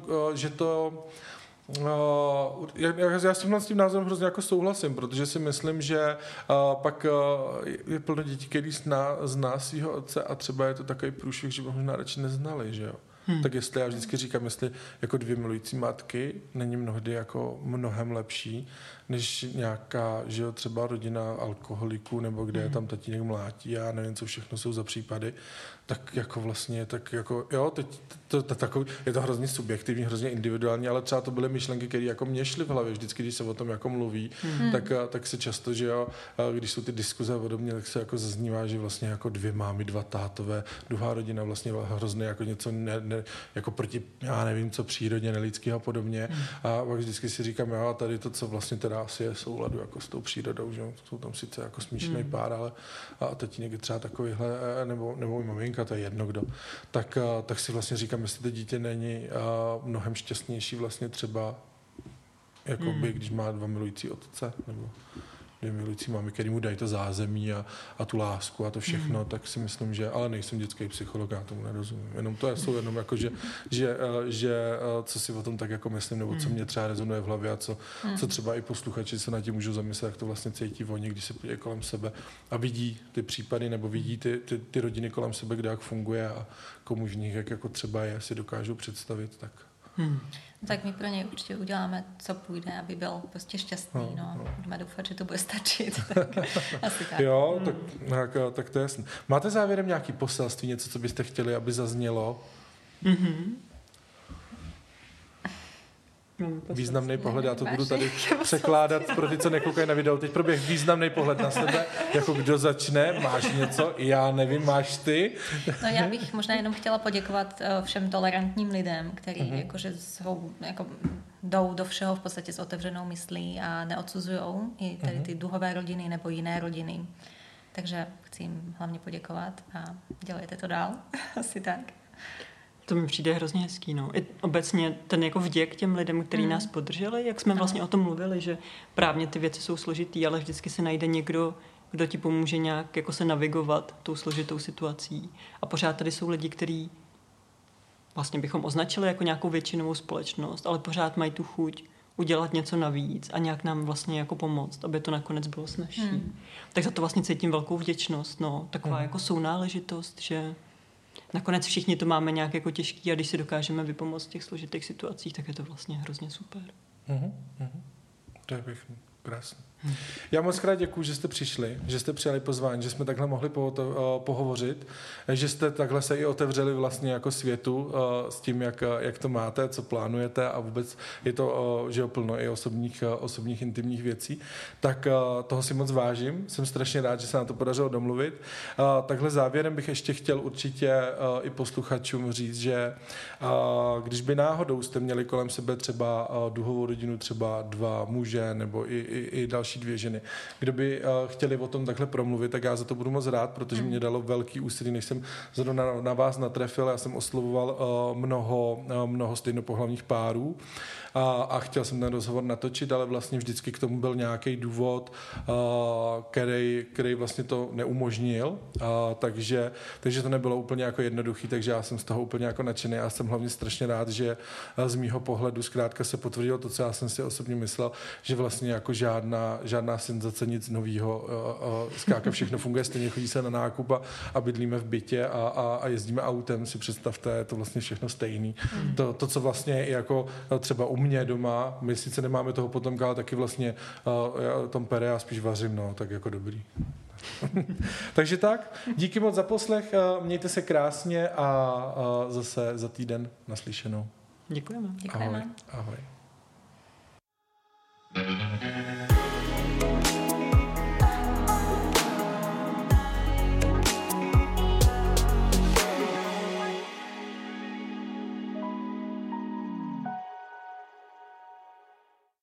[SPEAKER 1] já s tím názorem hrozně jako souhlasím, protože si myslím, že pak je plno dětí, který zná svýho otce a třeba je to takový průšvih, že by možná radši neznali, že jo. Tak jestli, já vždycky říkám, jestli jako 2 milující matky není mnohdy jako mnohem lepší, než nějaká, že jo, třeba rodina alkoholiků, nebo kde je tam tatínek mlátí a nevím, co všechno jsou za případy, tak jako vlastně, tak jako, jo, teď je to hrozně subjektivní, hrozně individuální, ale třeba to byly myšlenky, které jako mě šly v hlavě, vždycky, když se o tom jako mluví, tak se často, že jo, když jsou ty diskuze podobně, tak se jako zaznívá, že vlastně jako 2 mámy, 2 tátové, druhá rodina vlastně hrozně jako něco jako proti, já nevím, co přírodě, nelidského a podobně. A pak vždycky si říkám, jo, a tady to, co vlastně teda asi je souladu jako s tou přírodou, že jsou tam sice jako smíšený pár, ale a tatínek je třeba takovýhle, nebo maminka, to je jedno kdo, tak si vlastně říkám, jestli to dítě není mnohem šťastnější vlastně třeba Jakoby, když má 2 milující otce, nebo 2 milující mámy, který mu dají to zázemí a tu lásku a to všechno, tak si myslím, že, ale nejsem dětský psycholog, já tomu nerozumím. Jenom to jsou jenom jako, že co si o tom tak jako myslím, nebo co mě třeba rezonuje v hlavě a co třeba i posluchači se na tím můžou zamyslet, jak to vlastně cítí oni, když se podívají kolem sebe a vidí ty případy, nebo vidí ty rodiny kolem sebe, kde jak funguje a komu v nich jak jako třeba je, si dokážou představit, tak...
[SPEAKER 3] Tak my pro něj určitě uděláme, co půjde, aby byl prostě šťastný. Budeme doufat, že to bude stačit. Tak asi tak.
[SPEAKER 1] Jo, tak to je jasné. Máte závěrem nějaký poselství, něco, co byste chtěli, aby zaznělo? Významný pohled, já to budu tady překládat pro ty, co nekoukají na video. Teď proběh významný pohled na sebe, jako kdo začne, máš něco, já nevím, máš ty.
[SPEAKER 3] No já bych možná jenom chtěla poděkovat všem tolerantním lidem, kteří jakože jsou, jako, jdou do všeho v podstatě s otevřenou myslí a neodsuzujou i tady ty duhové rodiny nebo jiné rodiny. Takže chci jim hlavně poděkovat a dělejte to dál. Asi tak.
[SPEAKER 2] To mi přijde hrozně hezký, no. I obecně ten jako vděk těm lidem, kteří nás podrželi, jak jsme vlastně o tom mluvili, že právě ty věci jsou složitý, ale vždycky se najde někdo, kdo ti pomůže nějak jako se navigovat tou složitou situací. A pořád tady jsou lidi, kteří vlastně bychom označili jako nějakou většinovou společnost, ale pořád mají tu chuť udělat něco navíc a nějak nám vlastně jako pomoct, aby to nakonec bylo snazší. Tak za to vlastně cítím velkou vděčnost, no. Taková jako sounáležitost, že nakonec všichni to máme nějak jako těžký a když si dokážeme vypomoct v těch složitých situacích, tak je to vlastně hrozně super.
[SPEAKER 1] To je pěkný, krásný. Já moc krát děkuju, že jste přišli, že jste přijali pozvání, že jsme takhle mohli pohovořit, že jste takhle se i otevřeli vlastně jako světu s tím, jak to máte, co plánujete a vůbec je to, že plno i osobních intimních věcí. Tak toho si moc vážím. Jsem strašně rád, že se nám to podařilo domluvit. Takhle závěrem bych ještě chtěl určitě i posluchačům říct, že když by náhodou jste měli kolem sebe třeba duhovou rodinu, třeba 2 muže nebo i další 2 ženy. Kdo by chtěli o tom takhle promluvit, tak já za to budu moc rád, protože mě dalo velký úsilí, než jsem zrovna na vás natrefil. Já jsem oslovoval mnoho stejnopohlavních párů a chtěl jsem ten rozhovor natočit, ale vlastně vždycky k tomu byl nějaký důvod, který vlastně to neumožnil, takže to nebylo úplně jako jednoduchý, takže já jsem z toho úplně jako nadšený a jsem hlavně strašně rád, že z mýho pohledu zkrátka se potvrdilo to, co já jsem si osobně myslel, že vlastně jako žádná senzace, nic novýho, zkrátka všechno funguje, stejně chodí se na nákup a bydlíme v bytě a jezdíme autem, si představte, je to vlastně všechno stejný. To, co vlastně jako třeba u mě doma, my sice nemáme toho potomka, ale taky vlastně tom pere já spíš vařím, no, tak jako dobrý. Takže tak, díky moc za poslech, mějte se krásně a zase za týden naslyšenou.
[SPEAKER 2] Děkujeme.
[SPEAKER 3] Děkujeme.
[SPEAKER 1] Ahoj. Ahoj.